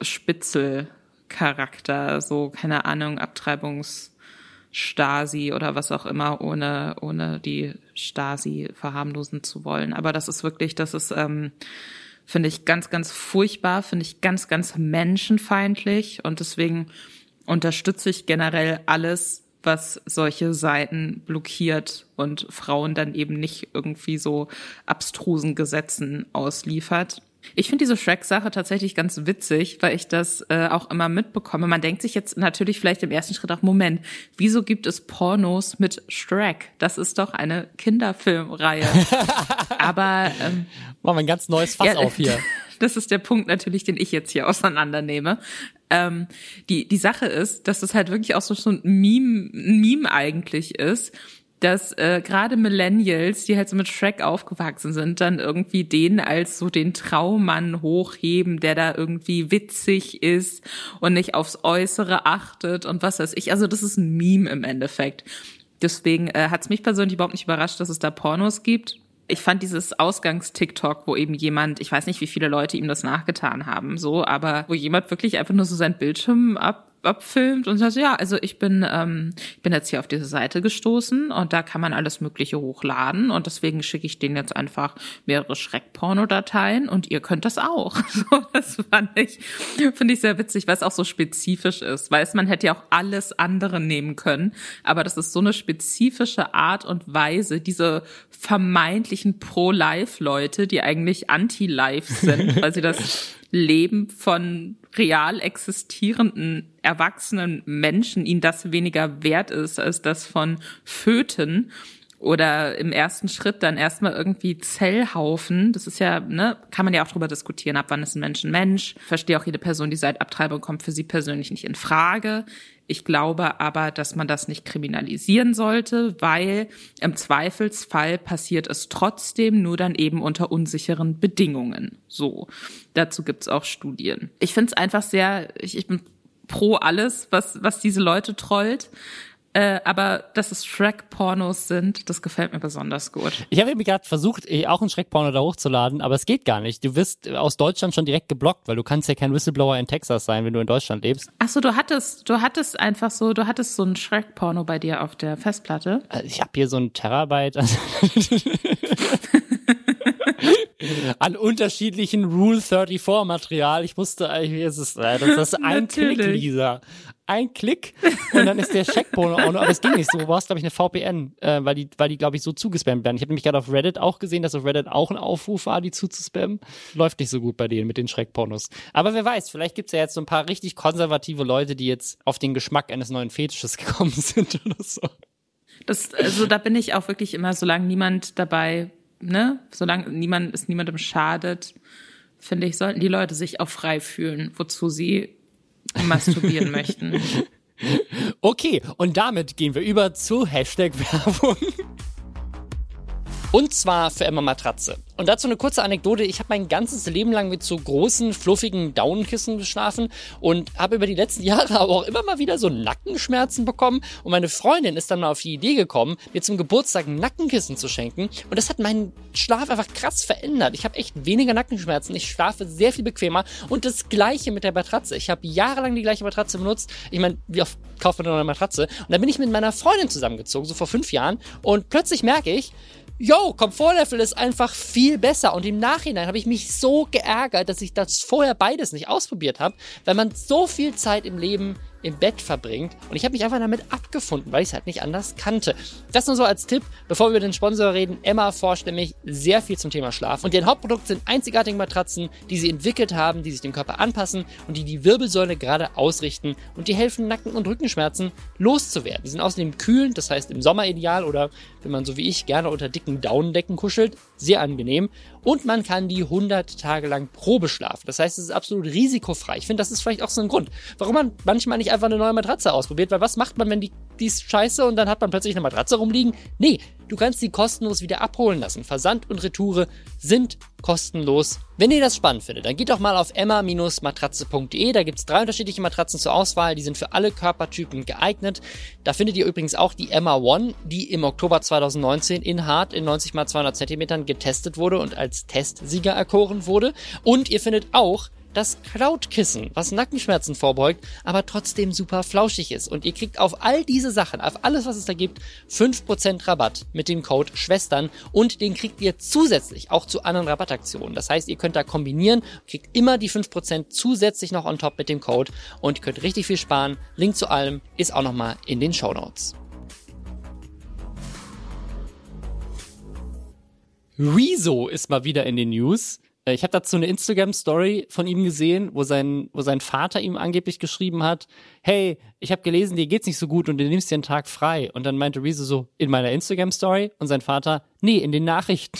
Spitzelcharakter, so keine Ahnung, Abtreibungsstasi oder was auch immer, ohne ohne die Stasi verharmlosen zu wollen. Aber das ist wirklich, das ist, ähm, finde ich ganz, ganz furchtbar, finde ich ganz, ganz menschenfeindlich und deswegen unterstütze ich generell alles, was solche Seiten blockiert und Frauen dann eben nicht irgendwie so abstrusen Gesetzen ausliefert. Ich finde diese Shrek-Sache tatsächlich ganz witzig, weil ich das äh, auch immer mitbekomme. Man denkt sich jetzt natürlich vielleicht im ersten Schritt auch, Moment, wieso gibt es Pornos mit Shrek? Das ist doch eine Kinderfilmreihe. Aber ähm, machen wir ein ganz neues Fass ja, auf hier. Das ist der Punkt natürlich, den ich jetzt hier auseinandernehme. Ähm, die die Sache ist, dass es halt wirklich auch so, so ein Meme, ein Meme eigentlich ist, dass äh, gerade Millennials, die halt so mit Shrek aufgewachsen sind, dann irgendwie den als so den Traummann hochheben, der da irgendwie witzig ist und nicht aufs Äußere achtet und was weiß ich. Also das ist ein Meme im Endeffekt. Deswegen äh, hat es mich persönlich überhaupt nicht überrascht, dass es da Pornos gibt. Ich fand dieses Ausgangs-TikTok, wo eben jemand, ich weiß nicht, wie viele Leute ihm das nachgetan haben, so, aber wo jemand wirklich einfach nur so seinen Bildschirm ab abfilmt und sagt, ja, also ich bin ähm, ich bin jetzt hier auf diese Seite gestoßen und da kann man alles Mögliche hochladen und deswegen schicke ich denen jetzt einfach mehrere Schreckporno-Dateien und ihr könnt das auch. So, das fand ich, finde ich sehr witzig, weil es auch so spezifisch ist. Weiß, man hätte ja auch alles andere nehmen können, aber das ist so eine spezifische Art und Weise, diese vermeintlichen Pro-Life-Leute, die eigentlich anti-Life sind, weil sie das Leben von real existierenden erwachsenen Menschen, ihnen das weniger wert ist als das von Föten oder im ersten Schritt dann erstmal irgendwie Zellhaufen. Das ist ja, ne, kann man ja auch drüber diskutieren, ab wann ist ein Mensch ein Mensch. Ich verstehe auch, jede Person, die seit Abtreibung kommt, für sie persönlich nicht in Frage. Ich glaube aber, dass man das nicht kriminalisieren sollte, weil im Zweifelsfall passiert es trotzdem, nur dann eben unter unsicheren Bedingungen. So, dazu gibt's auch Studien. Ich finde es einfach sehr, ich, ich bin pro alles, was was diese Leute trollt. Äh, aber dass es Shrek-Pornos sind, das gefällt mir besonders gut. Ich habe mir gerade versucht, auch einen Shrek-Porno da hochzuladen, aber es geht gar nicht. Du wirst aus Deutschland schon direkt geblockt, weil du kannst ja kein Whistleblower in Texas sein, wenn du in Deutschland lebst. Ach so, du hattest, du hattest einfach so, du hattest so einen Shrek-Porno bei dir auf der Festplatte. Ich habe hier so ein Terabyte an unterschiedlichen Rule vierunddreißig Material. Ich musste eigentlich, es ist, das ist ein Klick, Lisa. Ein Klick und dann ist der Checkporno auch noch, aber es ging nicht so. Du brauchst, glaube ich, eine V P N, äh, weil die, weil die, glaube ich, so zugespammt werden. Ich habe nämlich gerade auf Reddit auch gesehen, dass auf Reddit auch ein Aufruf war, die zuzuspammen. Läuft nicht so gut bei denen mit den Schreckpornos. Aber wer weiß, vielleicht gibt's ja jetzt so ein paar richtig konservative Leute, die jetzt auf den Geschmack eines neuen Fetisches gekommen sind oder so. Das, also da bin ich auch wirklich immer, solange niemand dabei, ne, solange niemand, es niemandem schadet, finde ich, sollten die Leute sich auch frei fühlen, wozu sie masturbieren möchten. Okay, und damit gehen wir über zu Hashtag Werbung. Und zwar für Emma Matratze. Und dazu eine kurze Anekdote. Ich habe mein ganzes Leben lang mit so großen, fluffigen Daunenkissen geschlafen und habe über die letzten Jahre aber auch immer mal wieder so Nackenschmerzen bekommen. Und meine Freundin ist dann mal auf die Idee gekommen, mir zum Geburtstag ein Nackenkissen zu schenken. Und das hat meinen Schlaf einfach krass verändert. Ich habe echt weniger Nackenschmerzen. Ich schlafe sehr viel bequemer. Und das Gleiche mit der Matratze. Ich habe jahrelang die gleiche Matratze benutzt. Ich meine, wie oft kauft man eine neue Matratze? Und dann bin ich mit meiner Freundin zusammengezogen, so vor fünf Jahren. Und plötzlich merke ich, yo, Komfortlevel ist einfach viel besser. Und im Nachhinein habe ich mich so geärgert, dass ich das vorher beides nicht ausprobiert habe, weil man so viel Zeit im Leben im Bett verbringt. Und ich habe mich einfach damit abgefunden, weil ich es halt nicht anders kannte. Das nur so als Tipp, bevor wir über den Sponsor reden. Emma forscht nämlich sehr viel zum Thema Schlaf. Und deren Hauptprodukt sind einzigartige Matratzen, die sie entwickelt haben, die sich dem Körper anpassen und die die Wirbelsäule gerade ausrichten und die helfen, Nacken- und Rückenschmerzen loszuwerden. Die sind außerdem kühlend, das heißt im Sommer ideal oder wenn man so wie ich gerne unter dicken Daunendecken kuschelt, sehr angenehm. Und man kann die hundert Tage lang Probe schlafen. Das heißt, es ist absolut risikofrei. Ich finde, das ist vielleicht auch so ein Grund, warum man manchmal nicht einfach eine neue Matratze ausprobiert. Weil was macht man, wenn die, die ist scheiße und dann hat man plötzlich eine Matratze rumliegen? Nee, du kannst die kostenlos wieder abholen lassen. Versand und Retoure sind kostenlos. Wenn ihr das spannend findet, dann geht doch mal auf emma Bindestrich matratze punkt de. Da gibt es drei unterschiedliche Matratzen zur Auswahl. Die sind für alle Körpertypen geeignet. Da findet ihr übrigens auch die Emma One, die im Oktober zweitausendneunzehn in Hart in neunzig mal zweihundert Zentimetern getestet wurde und als Testsieger erkoren wurde. Und ihr findet auch das Cloud-Kissen, was Nackenschmerzen vorbeugt, aber trotzdem super flauschig ist. Und ihr kriegt auf all diese Sachen, auf alles, was es da gibt, fünf Prozent Rabatt mit dem Code Schwestern. Und den kriegt ihr zusätzlich auch zu anderen Rabattaktionen. Das heißt, ihr könnt da kombinieren, kriegt immer die fünf Prozent zusätzlich noch on top mit dem Code und ihr könnt richtig viel sparen. Link zu allem ist auch nochmal in den Shownotes. Rezo ist mal wieder in den News. Ich habe dazu eine Instagram-Story von ihm gesehen, wo sein, wo sein Vater ihm angeblich geschrieben hat, hey, ich habe gelesen, dir geht's nicht so gut und du nimmst dir einen Tag frei. Und dann meinte Rezo so, in meiner Instagram-Story? Und sein Vater, nee, in den Nachrichten.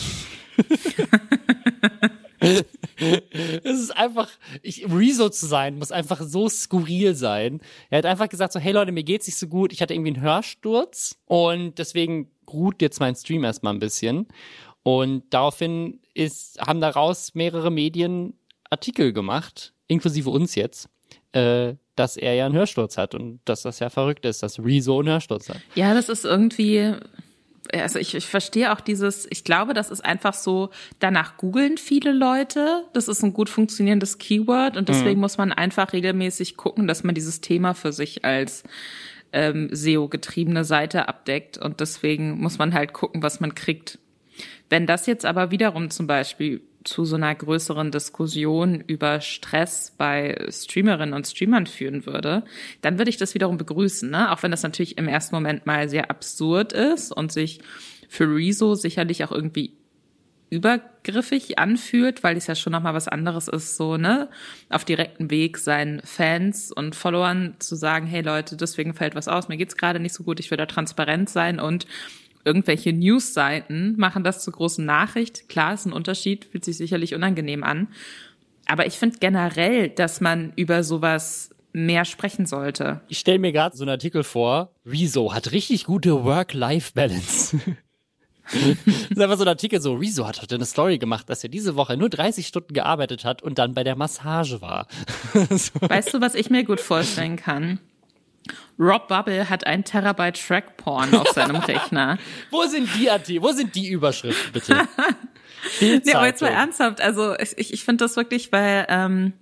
Es ist einfach, ich, Rezo zu sein, muss einfach so skurril sein. Er hat einfach gesagt so, hey Leute, mir geht's nicht so gut, ich hatte irgendwie einen Hörsturz und deswegen ruht jetzt mein Stream erstmal ein bisschen. Und daraufhin ist, haben daraus mehrere Medien Artikel gemacht, inklusive uns jetzt, äh, dass er ja einen Hörsturz hat und dass das ja verrückt ist, dass Rezo einen Hörsturz hat. Ja, das ist irgendwie, also ich, ich verstehe auch dieses, ich glaube, das ist einfach so, danach googeln viele Leute, das ist ein gut funktionierendes Keyword und deswegen mhm. muss man einfach regelmäßig gucken, dass man dieses Thema für sich als ähm, S E O-getriebene Seite abdeckt und deswegen muss man halt gucken, was man kriegt. Wenn das jetzt aber wiederum zum Beispiel zu so einer größeren Diskussion über Stress bei Streamerinnen und Streamern führen würde, dann würde ich das wiederum begrüßen, ne? Auch wenn das natürlich im ersten Moment mal sehr absurd ist und sich für Rezo sicherlich auch irgendwie übergriffig anfühlt, weil es ja schon nochmal was anderes ist, so, ne, auf direktem Weg seinen Fans und Followern zu sagen, hey Leute, deswegen fällt was aus, mir geht's gerade nicht so gut, ich will da transparent sein und irgendwelche News-Seiten machen das zur großen Nachricht. Klar, ist ein Unterschied, fühlt sich sicherlich unangenehm an. Aber ich finde generell, dass man über sowas mehr sprechen sollte. Ich stelle mir gerade so einen Artikel vor, Rezo hat richtig gute Work-Life-Balance. Das ist einfach so ein Artikel, so Rezo hat heute eine Story gemacht, dass er diese Woche nur dreißig Stunden gearbeitet hat und dann bei der Massage war. So. Weißt du, was ich mir gut vorstellen kann? Rob Bubble hat ein Terabyte Track-Porn auf seinem Rechner. Wo sind die Artikel? Wo sind die Überschriften, bitte? Nee, aber jetzt mal ernsthaft. Also ich, ich finde das wirklich, weil ähm,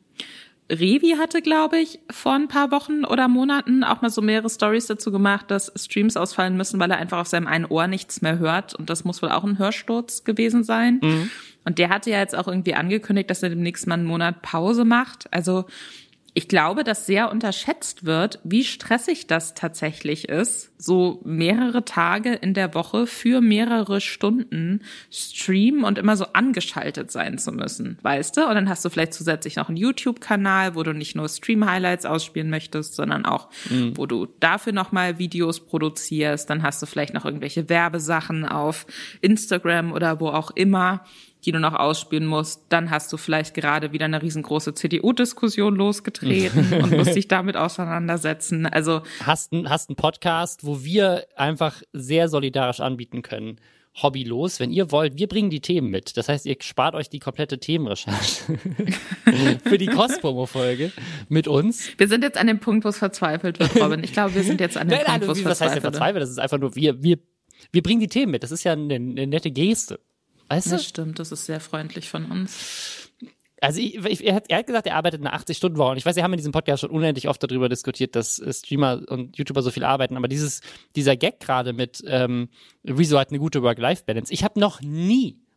Revi hatte, glaube ich, vor ein paar Wochen oder Monaten auch mal so mehrere Stories dazu gemacht, dass Streams ausfallen müssen, weil er einfach auf seinem einen Ohr nichts mehr hört. Und das muss wohl auch ein Hörsturz gewesen sein. Mhm. Und der hatte ja jetzt auch irgendwie angekündigt, dass er demnächst mal einen Monat Pause macht. Also ich glaube, dass sehr unterschätzt wird, wie stressig das tatsächlich ist, so mehrere Tage in der Woche für mehrere Stunden streamen und immer so angeschaltet sein zu müssen, weißt du? Und dann hast du vielleicht zusätzlich noch einen YouTube-Kanal, wo du nicht nur Stream-Highlights ausspielen möchtest, sondern auch, mhm. wo du dafür nochmal Videos produzierst. Dann hast du vielleicht noch irgendwelche Werbesachen auf Instagram oder wo auch immer, die du noch ausspielen musst, dann hast du vielleicht gerade wieder eine riesengroße C D U-Diskussion losgetreten und musst dich damit auseinandersetzen. Also hast einen hast einen Podcast, wo wir einfach sehr solidarisch anbieten können. Hobbylos, wenn ihr wollt, wir bringen die Themen mit. Das heißt, ihr spart euch die komplette Themenrecherche für die Cross-Promo-Folge mit uns. Wir sind jetzt an dem Punkt, wo es verzweifelt wird, Robin. Ich glaube, wir sind jetzt an dem nein, Punkt, nein, wo es verzweifelt wird. Was heißt denn verzweifelt? Das ist einfach nur, wir, wir, wir bringen die Themen mit. Das ist ja eine, eine nette Geste. Weißt du? Das stimmt, das ist sehr freundlich von uns. Also ich, ich, er, hat, er hat gesagt, er arbeitet eine achtzig-Stunden-Woche. Und ich weiß, wir haben in diesem Podcast schon unendlich oft darüber diskutiert, dass Streamer und YouTuber so viel arbeiten. Aber dieses, dieser Gag gerade mit ähm, Rezo hat eine gute Work-Life-Balance. Ich habe noch nie,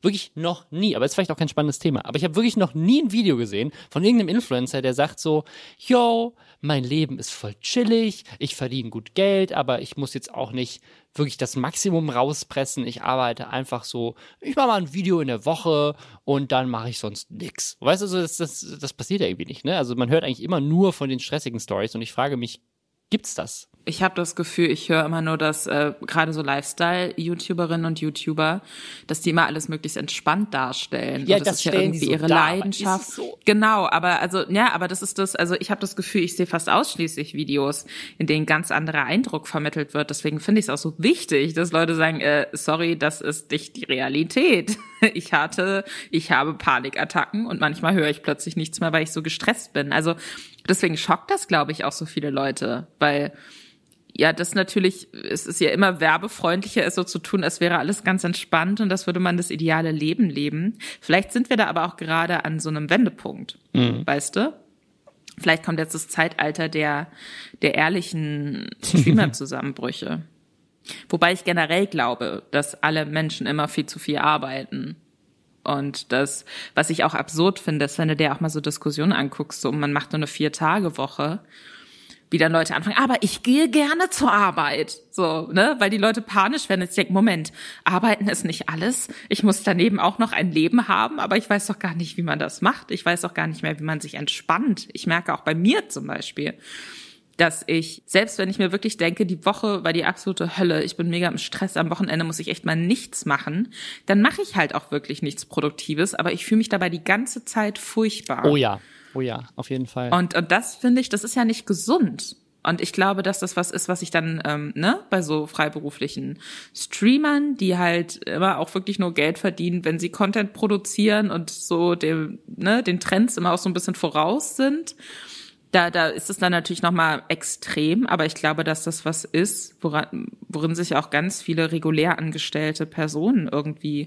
wirklich noch nie, aber ist vielleicht auch kein spannendes Thema, aber ich habe wirklich noch nie ein Video gesehen von irgendeinem Influencer, der sagt so, yo, mein Leben ist voll chillig, ich verdiene gut Geld, aber ich muss jetzt auch nicht wirklich das Maximum rauspressen, ich arbeite einfach so, ich mache mal ein Video in der Woche und dann mache ich sonst nix. Weißt du, so, das, das, das passiert ja irgendwie nicht, ne? Also man hört eigentlich immer nur von den stressigen Stories und ich frage mich, gibt's das? Ich habe das Gefühl, ich höre immer nur, dass äh, gerade so Lifestyle-YouTuberinnen und YouTuber, dass die immer alles möglichst entspannt darstellen. Ja, und das, das ist ja stellen irgendwie die so ihre dar, Leidenschaft. aber ist es so? Genau, aber also ja, aber das ist das. Also ich habe das Gefühl, ich sehe fast ausschließlich Videos, in denen ganz anderer Eindruck vermittelt wird. Deswegen finde ich es auch so wichtig, dass Leute sagen, äh, sorry, das ist nicht die Realität. Ich hatte, ich habe Panikattacken und manchmal höre ich plötzlich nichts mehr, weil ich so gestresst bin. Also deswegen schockt das, glaube ich, auch so viele Leute, weil ja, das natürlich, es ist ja immer werbefreundlicher, es so zu tun, als wäre alles ganz entspannt und das würde man das ideale Leben leben. Vielleicht sind wir da aber auch gerade an so einem Wendepunkt, mhm. weißt du? Vielleicht kommt jetzt das Zeitalter der, der ehrlichen Streamer-Zusammenbrüche. Wobei ich generell glaube, dass alle Menschen immer viel zu viel arbeiten. Und das, was ich auch absurd finde, ist, wenn du dir auch mal so Diskussionen anguckst, so man macht nur eine Vier-Tage-Woche, wie dann Leute anfangen, aber ich gehe gerne zur Arbeit, so, ne, weil die Leute panisch werden. Jetzt denken, Moment, arbeiten ist nicht alles. Ich muss daneben auch noch ein Leben haben, aber ich weiß doch gar nicht, wie man das macht. Ich weiß doch gar nicht mehr, wie man sich entspannt. Ich merke auch bei mir zum Beispiel, dass ich, selbst wenn ich mir wirklich denke, die Woche war die absolute Hölle, ich bin mega im Stress, am Wochenende muss ich echt mal nichts machen, dann mache ich halt auch wirklich nichts Produktives, aber ich fühle mich dabei die ganze Zeit furchtbar. Oh ja. Oh ja, auf jeden Fall. Und, und das finde ich, das ist ja nicht gesund. Und ich glaube, dass das was ist, was ich dann, ähm, ne, bei so freiberuflichen Streamern, die halt immer auch wirklich nur Geld verdienen, wenn sie Content produzieren und so dem, ne, den Trends immer auch so ein bisschen voraus sind. Da, da ist es dann natürlich nochmal extrem, aber ich glaube, dass das was ist, woran, worin sich auch ganz viele regulär angestellte Personen irgendwie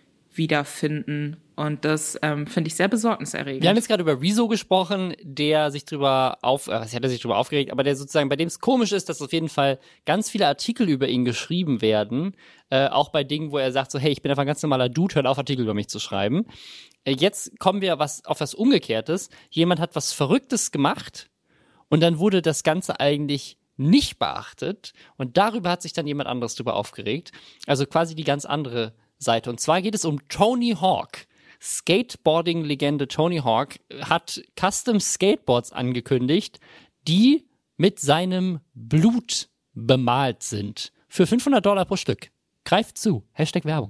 wiederfinden. Und das ähm, finde ich sehr besorgniserregend. Wir haben jetzt gerade über Rezo gesprochen, der sich drüber auf, äh, was hat er sich drüber aufgeregt, aber der sozusagen, bei dem es komisch ist, dass auf jeden Fall ganz viele Artikel über ihn geschrieben werden, äh, auch bei Dingen, wo er sagt so, hey, ich bin einfach ein ganz normaler Dude, hört auf, Artikel über mich zu schreiben. Äh, jetzt kommen wir was auf was Umgekehrtes. Jemand hat was Verrücktes gemacht und dann wurde das Ganze eigentlich nicht beachtet und darüber hat sich dann jemand anderes drüber aufgeregt. Also quasi die ganz andere Seite. Und zwar geht es um Tony Hawk. Skateboarding-Legende Tony Hawk hat Custom Skateboards angekündigt, die mit seinem Blut bemalt sind. Für fünfhundert Dollar pro Stück. Greift zu. Hashtag Werbung.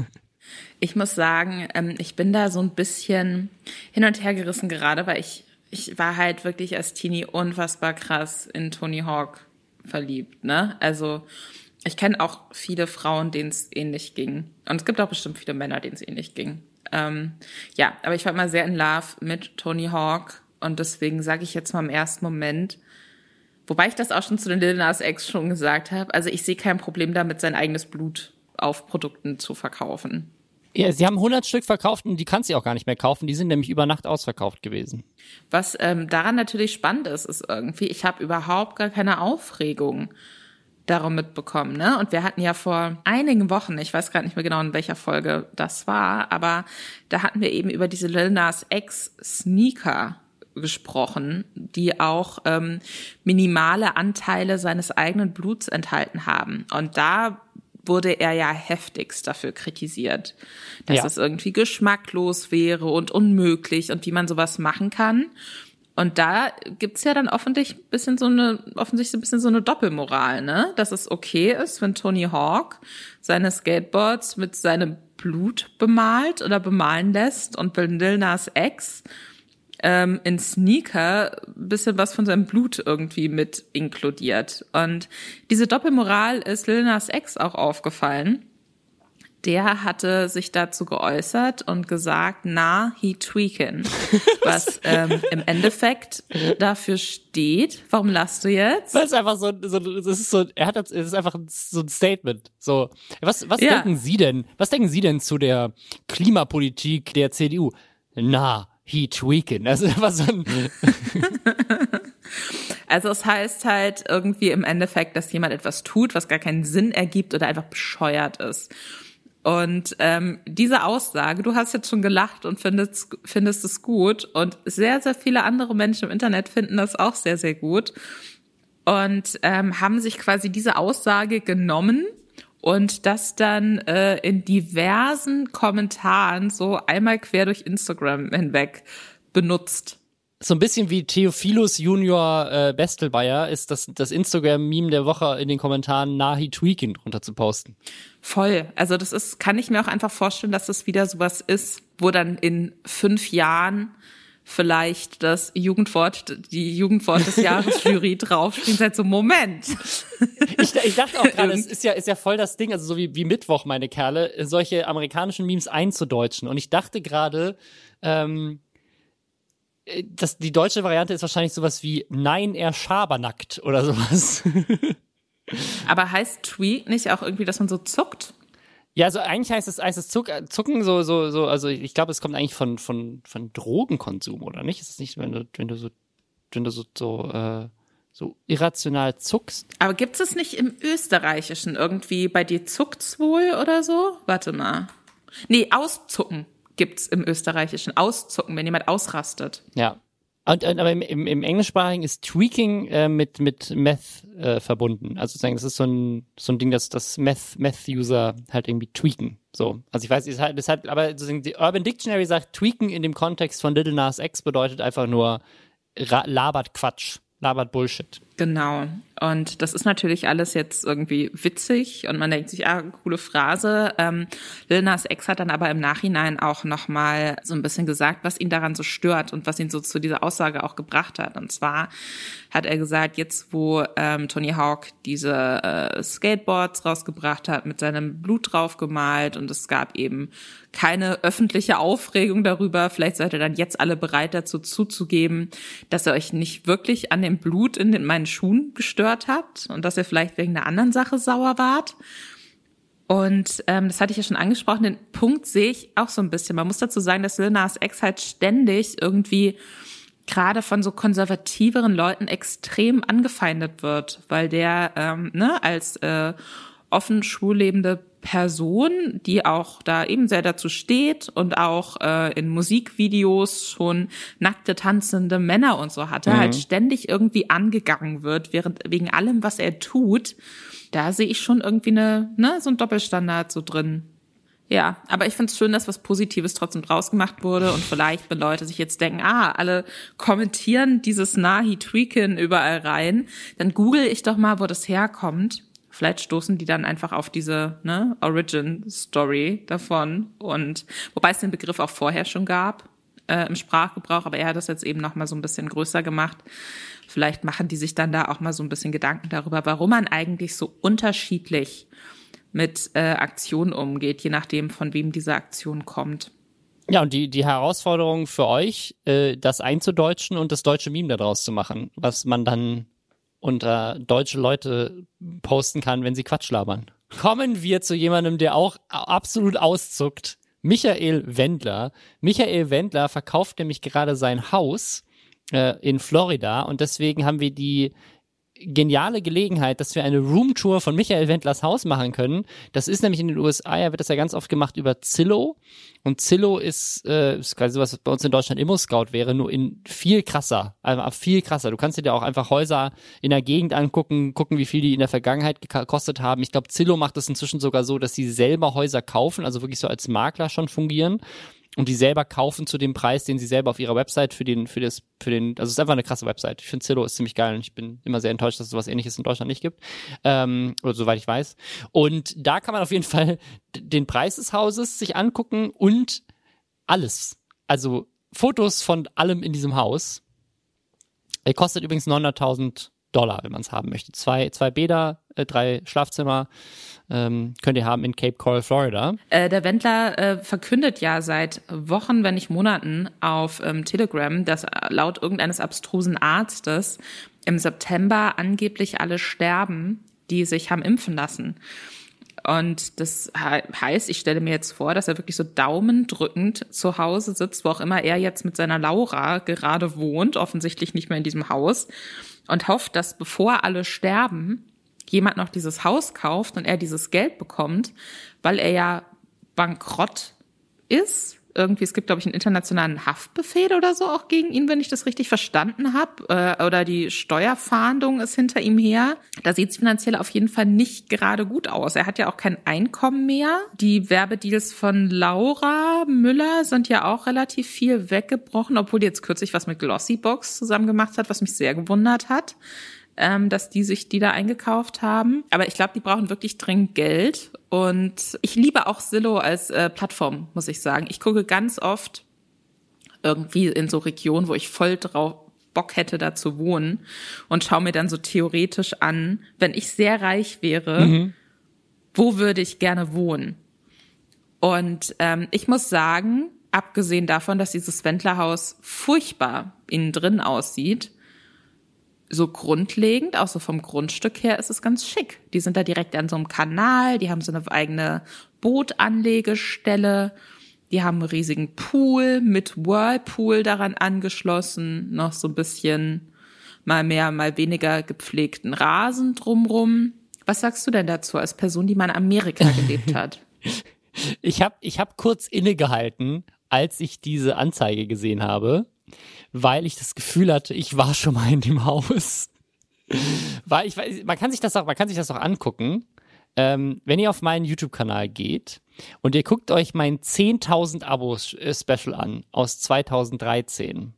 Ich muss sagen, ich bin da so ein bisschen hin und her gerissen gerade, weil ich, ich war halt wirklich als Teenie unfassbar krass in Tony Hawk verliebt, ne? Also, ich kenne auch viele Frauen, denen es ähnlich ging. Und es gibt auch bestimmt viele Männer, denen es ähnlich ging. Ähm, ja, aber ich war immer sehr in Love mit Tony Hawk. Und deswegen sage ich jetzt mal im ersten Moment, wobei ich das auch schon zu den Lil Nas X schon gesagt habe, also ich sehe kein Problem damit, sein eigenes Blut auf Produkten zu verkaufen. Ja, sie haben hundert Stück verkauft und die kannst du auch gar nicht mehr kaufen. Die sind nämlich über Nacht ausverkauft gewesen. Was ähm, daran natürlich spannend ist, ist irgendwie, ich habe überhaupt gar keine Aufregung darum mitbekommen, ne? Und wir hatten ja vor einigen Wochen, ich weiß gerade nicht mehr genau, in welcher Folge das war, aber da hatten wir eben über diese Lil Nas X Sneaker gesprochen, die auch ähm, minimale Anteile seines eigenen Bluts enthalten haben. Und da wurde er ja heftigst dafür kritisiert, dass ja. es irgendwie geschmacklos wäre und unmöglich und wie man sowas machen kann. Und da gibt's ja dann offensichtlich ein bisschen so eine, offensichtlich ein bisschen so eine Doppelmoral, ne? Dass es okay ist, wenn Tony Hawk seine Skateboards mit seinem Blut bemalt oder bemalen lässt und wenn Lil Nas X ähm, in Sneaker ein bisschen was von seinem Blut irgendwie mit inkludiert. Und diese Doppelmoral ist Lil Nas X auch aufgefallen. Der hatte sich dazu geäußert und gesagt, na, he tweaking, was ähm, im Endeffekt dafür steht. Warum lachst du jetzt? Das ist einfach so, so das ist so, er hat, es ist einfach so ein Statement. So, was, was Ja. denken Sie denn? Was denken Sie denn zu der Klimapolitik der C D U? Na, he tweaking. Das ist einfach so ein. Also es heißt halt irgendwie im Endeffekt, dass jemand etwas tut, was gar keinen Sinn ergibt oder einfach bescheuert ist. Und ähm, diese Aussage, du hast jetzt schon gelacht und findest, findest es gut. Und sehr, sehr viele andere Menschen im Internet finden das auch sehr, sehr gut. Und ähm, haben sich quasi diese Aussage genommen und das dann äh, in diversen Kommentaren so einmal quer durch Instagram hinweg benutzt. So ein bisschen wie Theophilus Junior äh, Bestelbayer ist das, das Instagram-Meme der Woche in den Kommentaren Nahi Tweaking drunter zu posten. Voll. Also das ist, kann ich mir auch einfach vorstellen, dass das wieder sowas ist, wo dann in fünf Jahren vielleicht das Jugendwort, die Jugendwort des Jahres Jury draufsteht, halt so, Moment. Ich, ich dachte auch gerade, es ist ja, ist ja voll das Ding, also so wie, wie Mittwoch, meine Kerle, solche amerikanischen Memes einzudeutschen. Und ich dachte gerade, ähm, das, die deutsche Variante ist wahrscheinlich sowas wie Nein, er schabernackt oder sowas. Aber heißt Tweet nicht auch irgendwie, dass man so zuckt? Ja, also eigentlich heißt es, heißt es Zuck, Zucken so, so, so, also ich glaube, es kommt eigentlich von, von, von Drogenkonsum, oder nicht? Ist es nicht, wenn du, wenn du so, wenn du so, so, äh, so irrational zuckst? Aber gibt es nicht im Österreichischen irgendwie, bei dir zuckt's wohl oder so? Warte mal. Nee, auszucken gibt's im Österreichischen. Auszucken, wenn jemand ausrastet. Ja. Und, aber im, im, im Englischsprachigen ist Tweaking äh, mit mit Meth äh, verbunden. Also sozusagen, das ist so ein so ein Ding, dass das Meth Meth-User halt irgendwie tweaken. So, also ich weiß, es halt, das halt, aber sozusagen die Urban Dictionary sagt, tweaken in dem Kontext von Lil Nas X bedeutet einfach nur ra- labert Quatsch, labert Bullshit. Genau. Und das ist natürlich alles jetzt irgendwie witzig und man denkt sich, ah, coole Phrase. Ähm, Lil Nas X hat dann aber im Nachhinein auch nochmal so ein bisschen gesagt, was ihn daran so stört und was ihn so zu dieser Aussage auch gebracht hat. Und zwar hat er gesagt, jetzt wo ähm, Tony Hawk diese äh, Skateboards rausgebracht hat, mit seinem Blut drauf gemalt und es gab eben keine öffentliche Aufregung darüber, vielleicht seid ihr dann jetzt alle bereit dazu zuzugeben, dass ihr euch nicht wirklich an dem Blut in den, meinen Schuhen gestört habt und dass ihr vielleicht wegen einer anderen Sache sauer wart. Und ähm, das hatte ich ja schon angesprochen, den Punkt sehe ich auch so ein bisschen. Man muss dazu sagen, dass Lil Nas X halt ständig irgendwie gerade von so konservativeren Leuten extrem angefeindet wird, weil der ähm, ne als äh, offen schwul lebende Person, die auch da eben sehr dazu steht und auch äh, in Musikvideos schon nackte, tanzende Männer und so hatte, mhm. halt ständig irgendwie angegangen wird, während wegen allem, was er tut. Da sehe ich schon irgendwie eine, ne, so ein Doppelstandard so drin. Ja, aber ich finde es schön, dass was Positives trotzdem draus gemacht wurde und vielleicht, wenn Leute sich jetzt denken, ah, alle kommentieren dieses Nahi Tweakin überall rein, dann google ich doch mal, wo das herkommt. Vielleicht stoßen die dann einfach auf diese ne, Origin-Story davon. Und wobei es den Begriff auch vorher schon gab äh, im Sprachgebrauch, aber er hat das jetzt eben noch mal so ein bisschen größer gemacht. Vielleicht machen die sich dann da auch mal so ein bisschen Gedanken darüber, warum man eigentlich so unterschiedlich mit äh, Aktionen umgeht, je nachdem, von wem diese Aktion kommt. Ja, und die die Herausforderung für euch, äh, das einzudeutschen und das deutsche Meme daraus zu machen, was man dann unter deutsche Leute posten kann, wenn sie Quatsch labern. Kommen wir zu jemandem, der auch absolut auszuckt. Michael Wendler. Michael Wendler verkauft nämlich gerade sein Haus äh, in Florida und deswegen haben wir die geniale Gelegenheit, dass wir eine Roomtour von Michael Wendlers Haus machen können. Das ist nämlich in den U S A, ja, wird das ja ganz oft gemacht über Zillow. Und Zillow ist, äh, ist quasi sowas, was bei uns in Deutschland Immo-Scout wäre, nur in viel krasser. Also viel krasser. Du kannst dir ja auch einfach Häuser in der Gegend angucken, gucken, wie viel die in der Vergangenheit gekostet haben. Ich glaube, Zillow macht das inzwischen sogar so, dass sie selber Häuser kaufen, also wirklich so als Makler schon fungieren. Und die selber kaufen zu dem Preis, den sie selber auf ihrer Website für den, für das, für den, also es ist einfach eine krasse Website. Ich finde Zillow ist ziemlich geil und ich bin immer sehr enttäuscht, dass es sowas Ähnliches in Deutschland nicht gibt. Ähm, oder soweit ich weiß. Und da kann man auf jeden Fall den Preis des Hauses sich angucken und alles. Also Fotos von allem in diesem Haus. Er kostet übrigens neunhunderttausend Dollar, wenn man es haben möchte. Zwei, zwei Bäder, äh, drei Schlafzimmer ähm, könnt ihr haben in Cape Coral, Florida. Äh, der Wendler äh, verkündet ja seit Wochen, wenn nicht Monaten auf ähm, Telegram, dass laut irgendeines abstrusen Arztes im September angeblich alle sterben, die sich haben impfen lassen. Und das heißt, ich stelle mir jetzt vor, dass er wirklich so daumendrückend zu Hause sitzt, wo auch immer er jetzt mit seiner Laura gerade wohnt, offensichtlich nicht mehr in diesem Haus, und hofft, dass bevor alle sterben, jemand noch dieses Haus kauft und er dieses Geld bekommt, weil er ja bankrott ist. Irgendwie, es gibt, glaube ich, einen internationalen Haftbefehl oder so auch gegen ihn, wenn ich das richtig verstanden habe. Äh, oder die Steuerfahndung ist hinter ihm her. Da sieht es finanziell auf jeden Fall nicht gerade gut aus. Er hat ja auch kein Einkommen mehr. Die Werbedeals von Laura Müller sind ja auch relativ viel weggebrochen, obwohl die jetzt kürzlich was mit Glossybox zusammen gemacht hat, was mich sehr gewundert hat, ähm, dass die sich die da eingekauft haben. Aber ich glaube, die brauchen wirklich dringend Geld. Und ich liebe auch Zillow als äh, Plattform, muss ich sagen. Ich gucke ganz oft irgendwie in so Regionen, wo ich voll drauf Bock hätte, da zu wohnen und schaue mir dann so theoretisch an, wenn ich sehr reich wäre, mhm. wo würde ich gerne wohnen? Und ähm, ich muss sagen, abgesehen davon, dass dieses Wendler-Haus furchtbar innen drin aussieht, so grundlegend, auch so vom Grundstück her, ist es ganz schick. Die sind da direkt an so einem Kanal, die haben so eine eigene Bootanlegestelle, die haben einen riesigen Pool mit Whirlpool daran angeschlossen, noch so ein bisschen mal mehr, mal weniger gepflegten Rasen drumrum. Was sagst du denn dazu als Person, die mal in Amerika gelebt hat? Ich habe ich hab kurz innegehalten, als ich diese Anzeige gesehen habe, weil ich das Gefühl hatte, ich war schon mal in dem Haus. Weil ich weiß, man kann sich das auch, man kann sich das auch angucken. Ähm, wenn ihr auf meinen YouTube-Kanal geht und ihr guckt euch mein zehntausend Abos-Special an aus zweitausenddreizehn.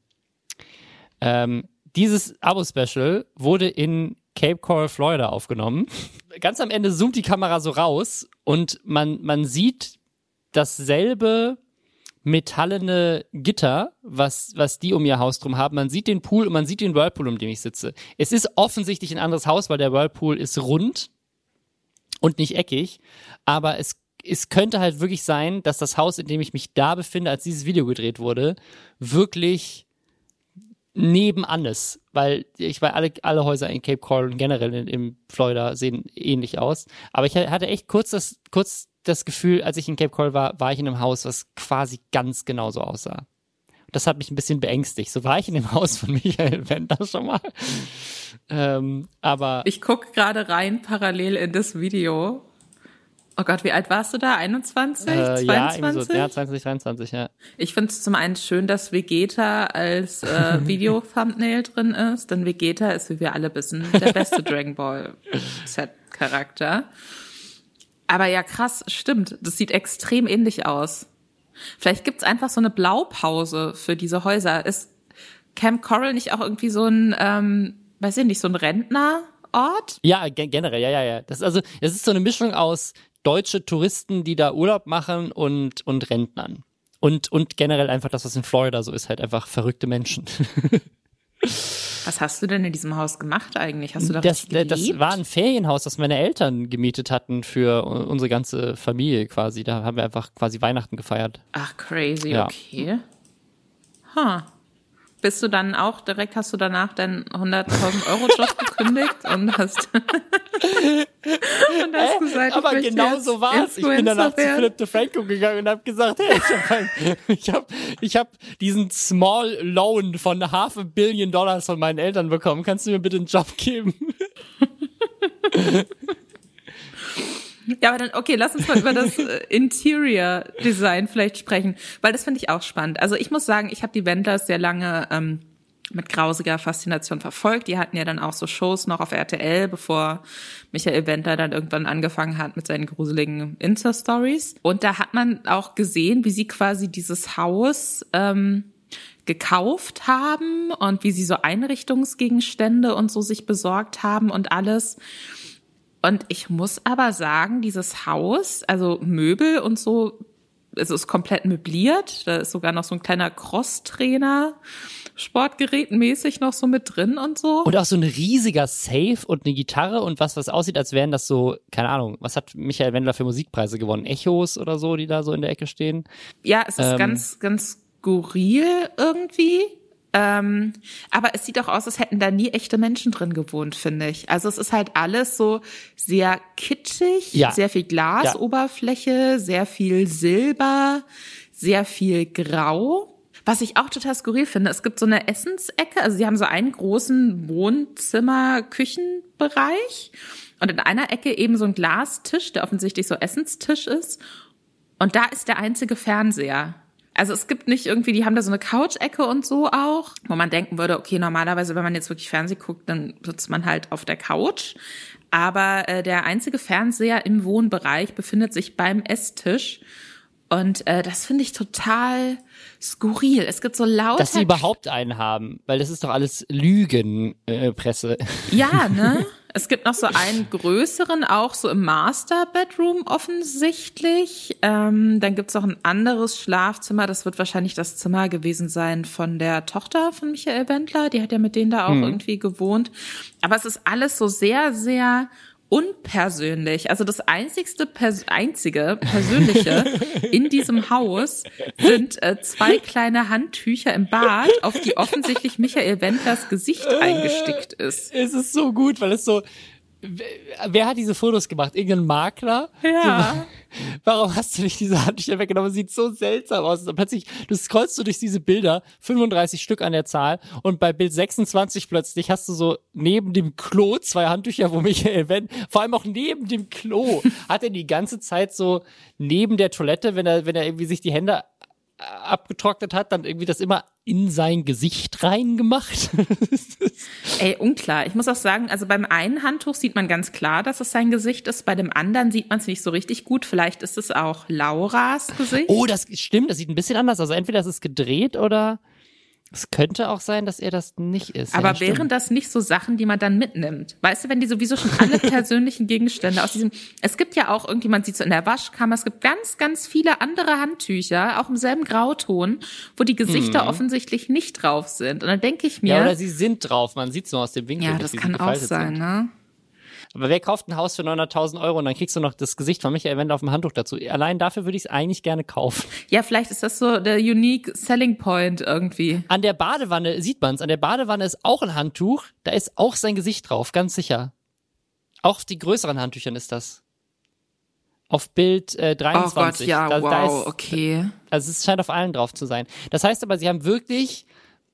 Ähm, dieses Abo-Special wurde in Cape Coral, Florida aufgenommen. Ganz am Ende zoomt die Kamera so raus und man, man sieht dasselbe metallene Gitter, was, was die um ihr Haus drum haben. Man sieht den Pool und man sieht den Whirlpool, um den ich sitze. Es ist offensichtlich ein anderes Haus, weil der Whirlpool ist rund und nicht eckig. Aber es, es könnte halt wirklich sein, dass das Haus, in dem ich mich da befinde, als dieses Video gedreht wurde, wirklich nebenan ist. Weil ich weiß, alle, alle Häuser in Cape Coral und generell in, in Florida sehen ähnlich aus. Aber ich hatte echt kurz das, kurz das Gefühl, als ich in Cape Coral war, war ich in einem Haus, was quasi ganz genauso aussah. Das hat mich ein bisschen beängstigt. So war ich in dem Haus von Michael Wendler schon mal. ähm, aber ich gucke gerade rein parallel in das Video. Oh Gott, wie alt warst du da? einundzwanzig? Äh, zweiundzwanzig? Ja, so, ja, zwanzig, dreiundzwanzig, ja. Ich finde es zum einen schön, dass Vegeta als äh, Video-Thumbnail drin ist, denn Vegeta ist, wie wir alle wissen, der beste Dragon Ball Z-Charakter. Aber ja, krass, stimmt. Das sieht extrem ähnlich aus. Vielleicht gibt's einfach so eine Blaupause für diese Häuser. Ist Camp Coral nicht auch irgendwie so ein, ähm, weiß ich nicht, so ein Rentnerort? Ja, ge- generell, ja, ja, ja. Das ist also, das ist so eine Mischung aus deutsche Touristen, die da Urlaub machen und, und Rentnern. Und, und generell einfach das, was in Florida so ist, halt einfach verrückte Menschen. Was hast du denn in diesem Haus gemacht eigentlich? Hast du da das, gelebt? Das war ein Ferienhaus, das meine Eltern gemietet hatten für unsere ganze Familie quasi. Da haben wir einfach quasi Weihnachten gefeiert. Ach, crazy, ja. Okay. Huh. Bist du dann auch direkt, hast du danach deinen hunderttausend Euro Job gekündigt und hast, und hast äh, gesagt, aber ich genau so war es. Ich bin danach werden. zu Philipp DeFranco gegangen und habe gesagt, hey, ich habe ich hab diesen Small Loan von half a billion Dollars von meinen Eltern bekommen. Kannst du mir bitte einen Job geben? Ja, aber dann, okay, lass uns mal über das äh, Interior Design vielleicht sprechen, weil das finde ich auch spannend. Also ich muss sagen, ich habe die Wendlers sehr lange ähm, mit grausiger Faszination verfolgt. Die hatten ja dann auch so Shows noch auf R T L, bevor Michael Wendler dann irgendwann angefangen hat mit seinen gruseligen Insta-Stories. Und da hat man auch gesehen, wie sie quasi dieses Haus ähm, gekauft haben und wie sie so Einrichtungsgegenstände und so sich besorgt haben und alles. Und ich muss aber sagen, dieses Haus, also Möbel und so, es ist komplett möbliert. Da ist sogar noch so ein kleiner Crosstrainer, sportgerätmäßig noch so mit drin und so. Und auch so ein riesiger Safe und eine Gitarre und was, was aussieht, als wären das so, keine Ahnung, was hat Michael Wendler für Musikpreise gewonnen? Echos oder so, die da so in der Ecke stehen? Ja, es ist ähm, ganz, ganz skurril irgendwie. Ähm, aber es sieht auch aus, als hätten da nie echte Menschen drin gewohnt, finde ich. Also es ist halt alles so sehr kitschig, ja. sehr viel Glasoberfläche, ja. sehr viel Silber, sehr viel Grau. Was ich auch total skurril finde, es gibt so eine Essensecke, also sie haben so einen großen Wohnzimmer-Küchenbereich und in einer Ecke eben so ein Glastisch, der offensichtlich so Essenstisch ist. Und da ist der einzige Fernseher. Also es gibt nicht irgendwie, die haben da so eine Couch-Ecke und so auch, wo man denken würde, okay, normalerweise, wenn man jetzt wirklich Fernsehen guckt, dann sitzt man halt auf der Couch. Aber äh, der einzige Fernseher im Wohnbereich befindet sich beim Esstisch. Und äh, das finde ich total skurril. Es gibt so lauter... Dass sie überhaupt einen haben, weil das ist doch alles Lügenpresse. Äh, ja, ne? Es gibt noch so einen größeren, auch so im Master-Bedroom offensichtlich. Ähm, dann gibt's noch ein anderes Schlafzimmer. Das wird wahrscheinlich das Zimmer gewesen sein von der Tochter von Michael Wendler. Die hat ja mit denen da auch hm. irgendwie gewohnt. Aber es ist alles so sehr, sehr unpersönlich. Also das einzigste, pers- einzige Persönliche in diesem Haus sind äh, zwei kleine Handtücher im Bad, auf die offensichtlich Michael Wendlers Gesicht eingestickt ist. Es ist so gut, weil es so... Wer hat diese Fotos gemacht? Irgendein Makler? Ja. Warum hast du nicht diese Handtücher weggenommen? Sieht so seltsam aus. Und plötzlich, du scrollst du durch diese Bilder, fünfunddreißig Stück an der Zahl, und bei Bild sechsundzwanzig plötzlich hast du so neben dem Klo zwei Handtücher, wo Michael Wendler, vor allem auch neben dem Klo, hat er die ganze Zeit so neben der Toilette, wenn er, wenn er irgendwie sich die Hände abgetrocknet hat, dann irgendwie das immer in sein Gesicht reingemacht. Ey, unklar. Ich muss auch sagen, also beim einen Handtuch sieht man ganz klar, dass es sein Gesicht ist. Bei dem anderen sieht man es nicht so richtig gut. Vielleicht ist es auch Lauras Gesicht. Oh, das stimmt. Das sieht ein bisschen anders aus. Also entweder ist es gedreht oder es könnte auch sein, dass er das nicht ist. Aber ja, wären stimmt. das nicht so Sachen, die man dann mitnimmt? Weißt du, wenn die sowieso schon alle persönlichen Gegenstände aus diesem... Es gibt ja auch irgendwie, man sieht so in der Waschkammer, es gibt ganz, ganz viele andere Handtücher, auch im selben Grauton, wo die Gesichter mhm. offensichtlich nicht drauf sind. Und dann denke ich mir... Ja, oder sie sind drauf, man sieht es nur aus dem Winkel. Ja, das kann auch sein, sind. ne? Aber wer kauft ein Haus für neunhunderttausend Euro und dann kriegst du noch das Gesicht von Michael Wendler auf dem Handtuch dazu? Allein dafür würde ich es eigentlich gerne kaufen. Ja, vielleicht ist das so der unique selling point irgendwie. An der Badewanne sieht man's. An der Badewanne ist auch ein Handtuch. Da ist auch sein Gesicht drauf, ganz sicher. Auch auf die größeren Handtüchern ist das. Auf Bild äh, dreiundzwanzig. Oh Gott, ja, da, wow, da ist, okay. Also es scheint auf allen drauf zu sein. Das heißt aber, sie haben wirklich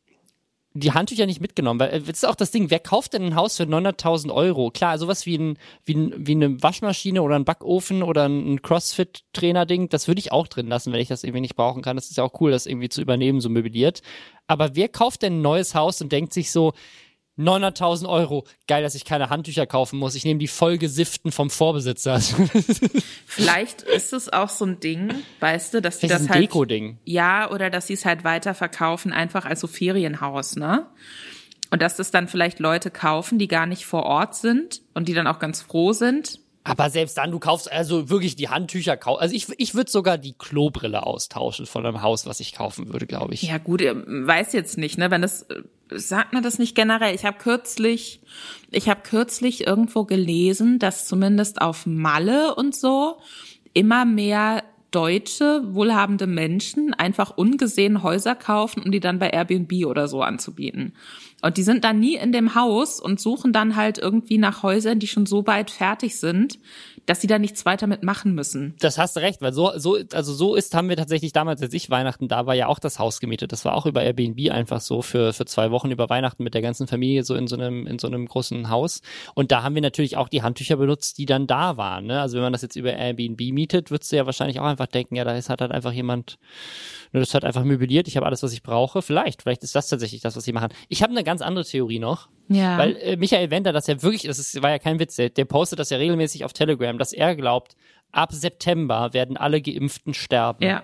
die Handtücher nicht mitgenommen, weil das ist auch das Ding, wer kauft denn ein Haus für neunhunderttausend Euro? Klar, sowas wie, ein, wie, ein, wie eine Waschmaschine oder ein Backofen oder ein Crossfit-Trainer-Ding, das würde ich auch drin lassen, wenn ich das irgendwie nicht brauchen kann. Das ist ja auch cool, das irgendwie zu übernehmen, so möbliert. Aber wer kauft denn ein neues Haus und denkt sich so, neunhunderttausend Euro, geil, dass ich keine Handtücher kaufen muss. Ich nehme die vollgesifften vom Vorbesitzer. Vielleicht ist es auch so ein Ding, weißt du, dass die das das ein halt... Deko-Ding. Ja, oder dass sie es halt weiterverkaufen, einfach als so Ferienhaus, ne? Und dass das dann vielleicht Leute kaufen, die gar nicht vor Ort sind und die dann auch ganz froh sind. Aber selbst dann, du kaufst also wirklich die Handtücher, also ich, ich würde sogar die Klobrille austauschen von einem Haus, was ich kaufen würde, glaube ich. Ja gut, weiß jetzt nicht, ne, wenn das, sagt man das nicht generell. Ich habe kürzlich, ich habe kürzlich irgendwo gelesen, dass zumindest auf Malle und so immer mehr deutsche, wohlhabende Menschen einfach ungesehen Häuser kaufen, um die dann bei Airbnb oder so anzubieten. Und die sind dann nie in dem Haus und suchen dann halt irgendwie nach Häusern, die schon so weit fertig sind, dass sie da nichts weiter mitmachen müssen. Das hast du recht, weil so, so, also so ist, haben wir tatsächlich damals, als ich Weihnachten da war, ja auch das Haus gemietet. Das war auch über Airbnb einfach so für, für zwei Wochen über Weihnachten mit der ganzen Familie so in so einem, in so einem großen Haus. Und da haben wir natürlich auch die Handtücher benutzt, die dann da waren, ne? Also wenn man das jetzt über Airbnb mietet, würdest du ja wahrscheinlich auch einfach denken, ja, da ist halt, halt einfach jemand, das hat einfach möbliert, ich habe alles, was ich brauche. Vielleicht, vielleicht ist das tatsächlich das, was sie machen. Ich habe eine ganz andere Theorie noch. Ja. Weil äh, Michael Wendler, das ja wirklich, das ist, war ja kein Witz, der, der postet das ja regelmäßig auf Telegram, dass er glaubt, ab September werden alle Geimpften sterben. Ja.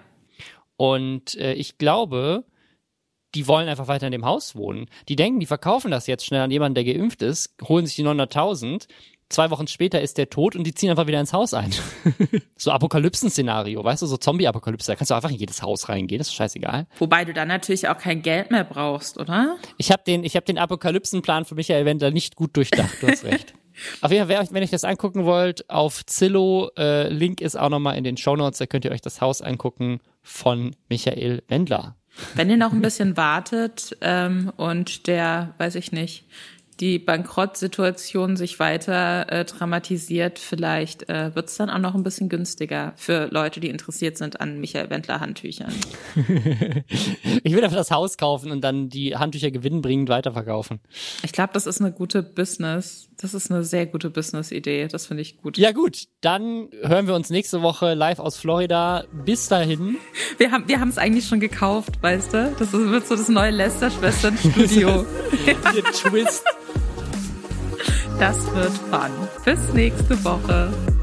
Und äh, ich glaube, die wollen einfach weiter in dem Haus wohnen. Die denken, die verkaufen das jetzt schnell an jemanden, der geimpft ist, holen sich die neunhunderttausend, zwei Wochen später ist der tot und die ziehen einfach wieder ins Haus ein. So Apokalypsen-Szenario, weißt du, so Zombie-Apokalypse, da kannst du einfach in jedes Haus reingehen, das ist scheißegal. Wobei du dann natürlich auch kein Geld mehr brauchst, oder? Ich habe den, ich hab den Apokalypsen-Plan für Michael Wendler nicht gut durchdacht, du hast recht. Auf jeden Fall, wenn ihr euch das angucken wollt, auf Zillow, äh, Link ist auch nochmal in den Shownotes, da könnt ihr euch das Haus angucken von Michael Wendler. Wenn ihr noch ein bisschen wartet ähm, und der, weiß ich nicht, die Bankrottsituation sich weiter äh, dramatisiert, vielleicht äh, wird es dann auch noch ein bisschen günstiger für Leute, die interessiert sind an Michael Wendler Handtüchern. Ich will einfach das Haus kaufen und dann die Handtücher gewinnbringend weiterverkaufen. Ich glaube, das ist eine gute Business, das ist eine sehr gute Business-Idee, das finde ich gut. Ja gut, dann hören wir uns nächste Woche live aus Florida. Bis dahin. Wir haben wir haben es eigentlich schon gekauft, weißt du? Das wird so das neue Lester-Schwestern-Studio. Der Twist. Das wird fun. Bis nächste Woche.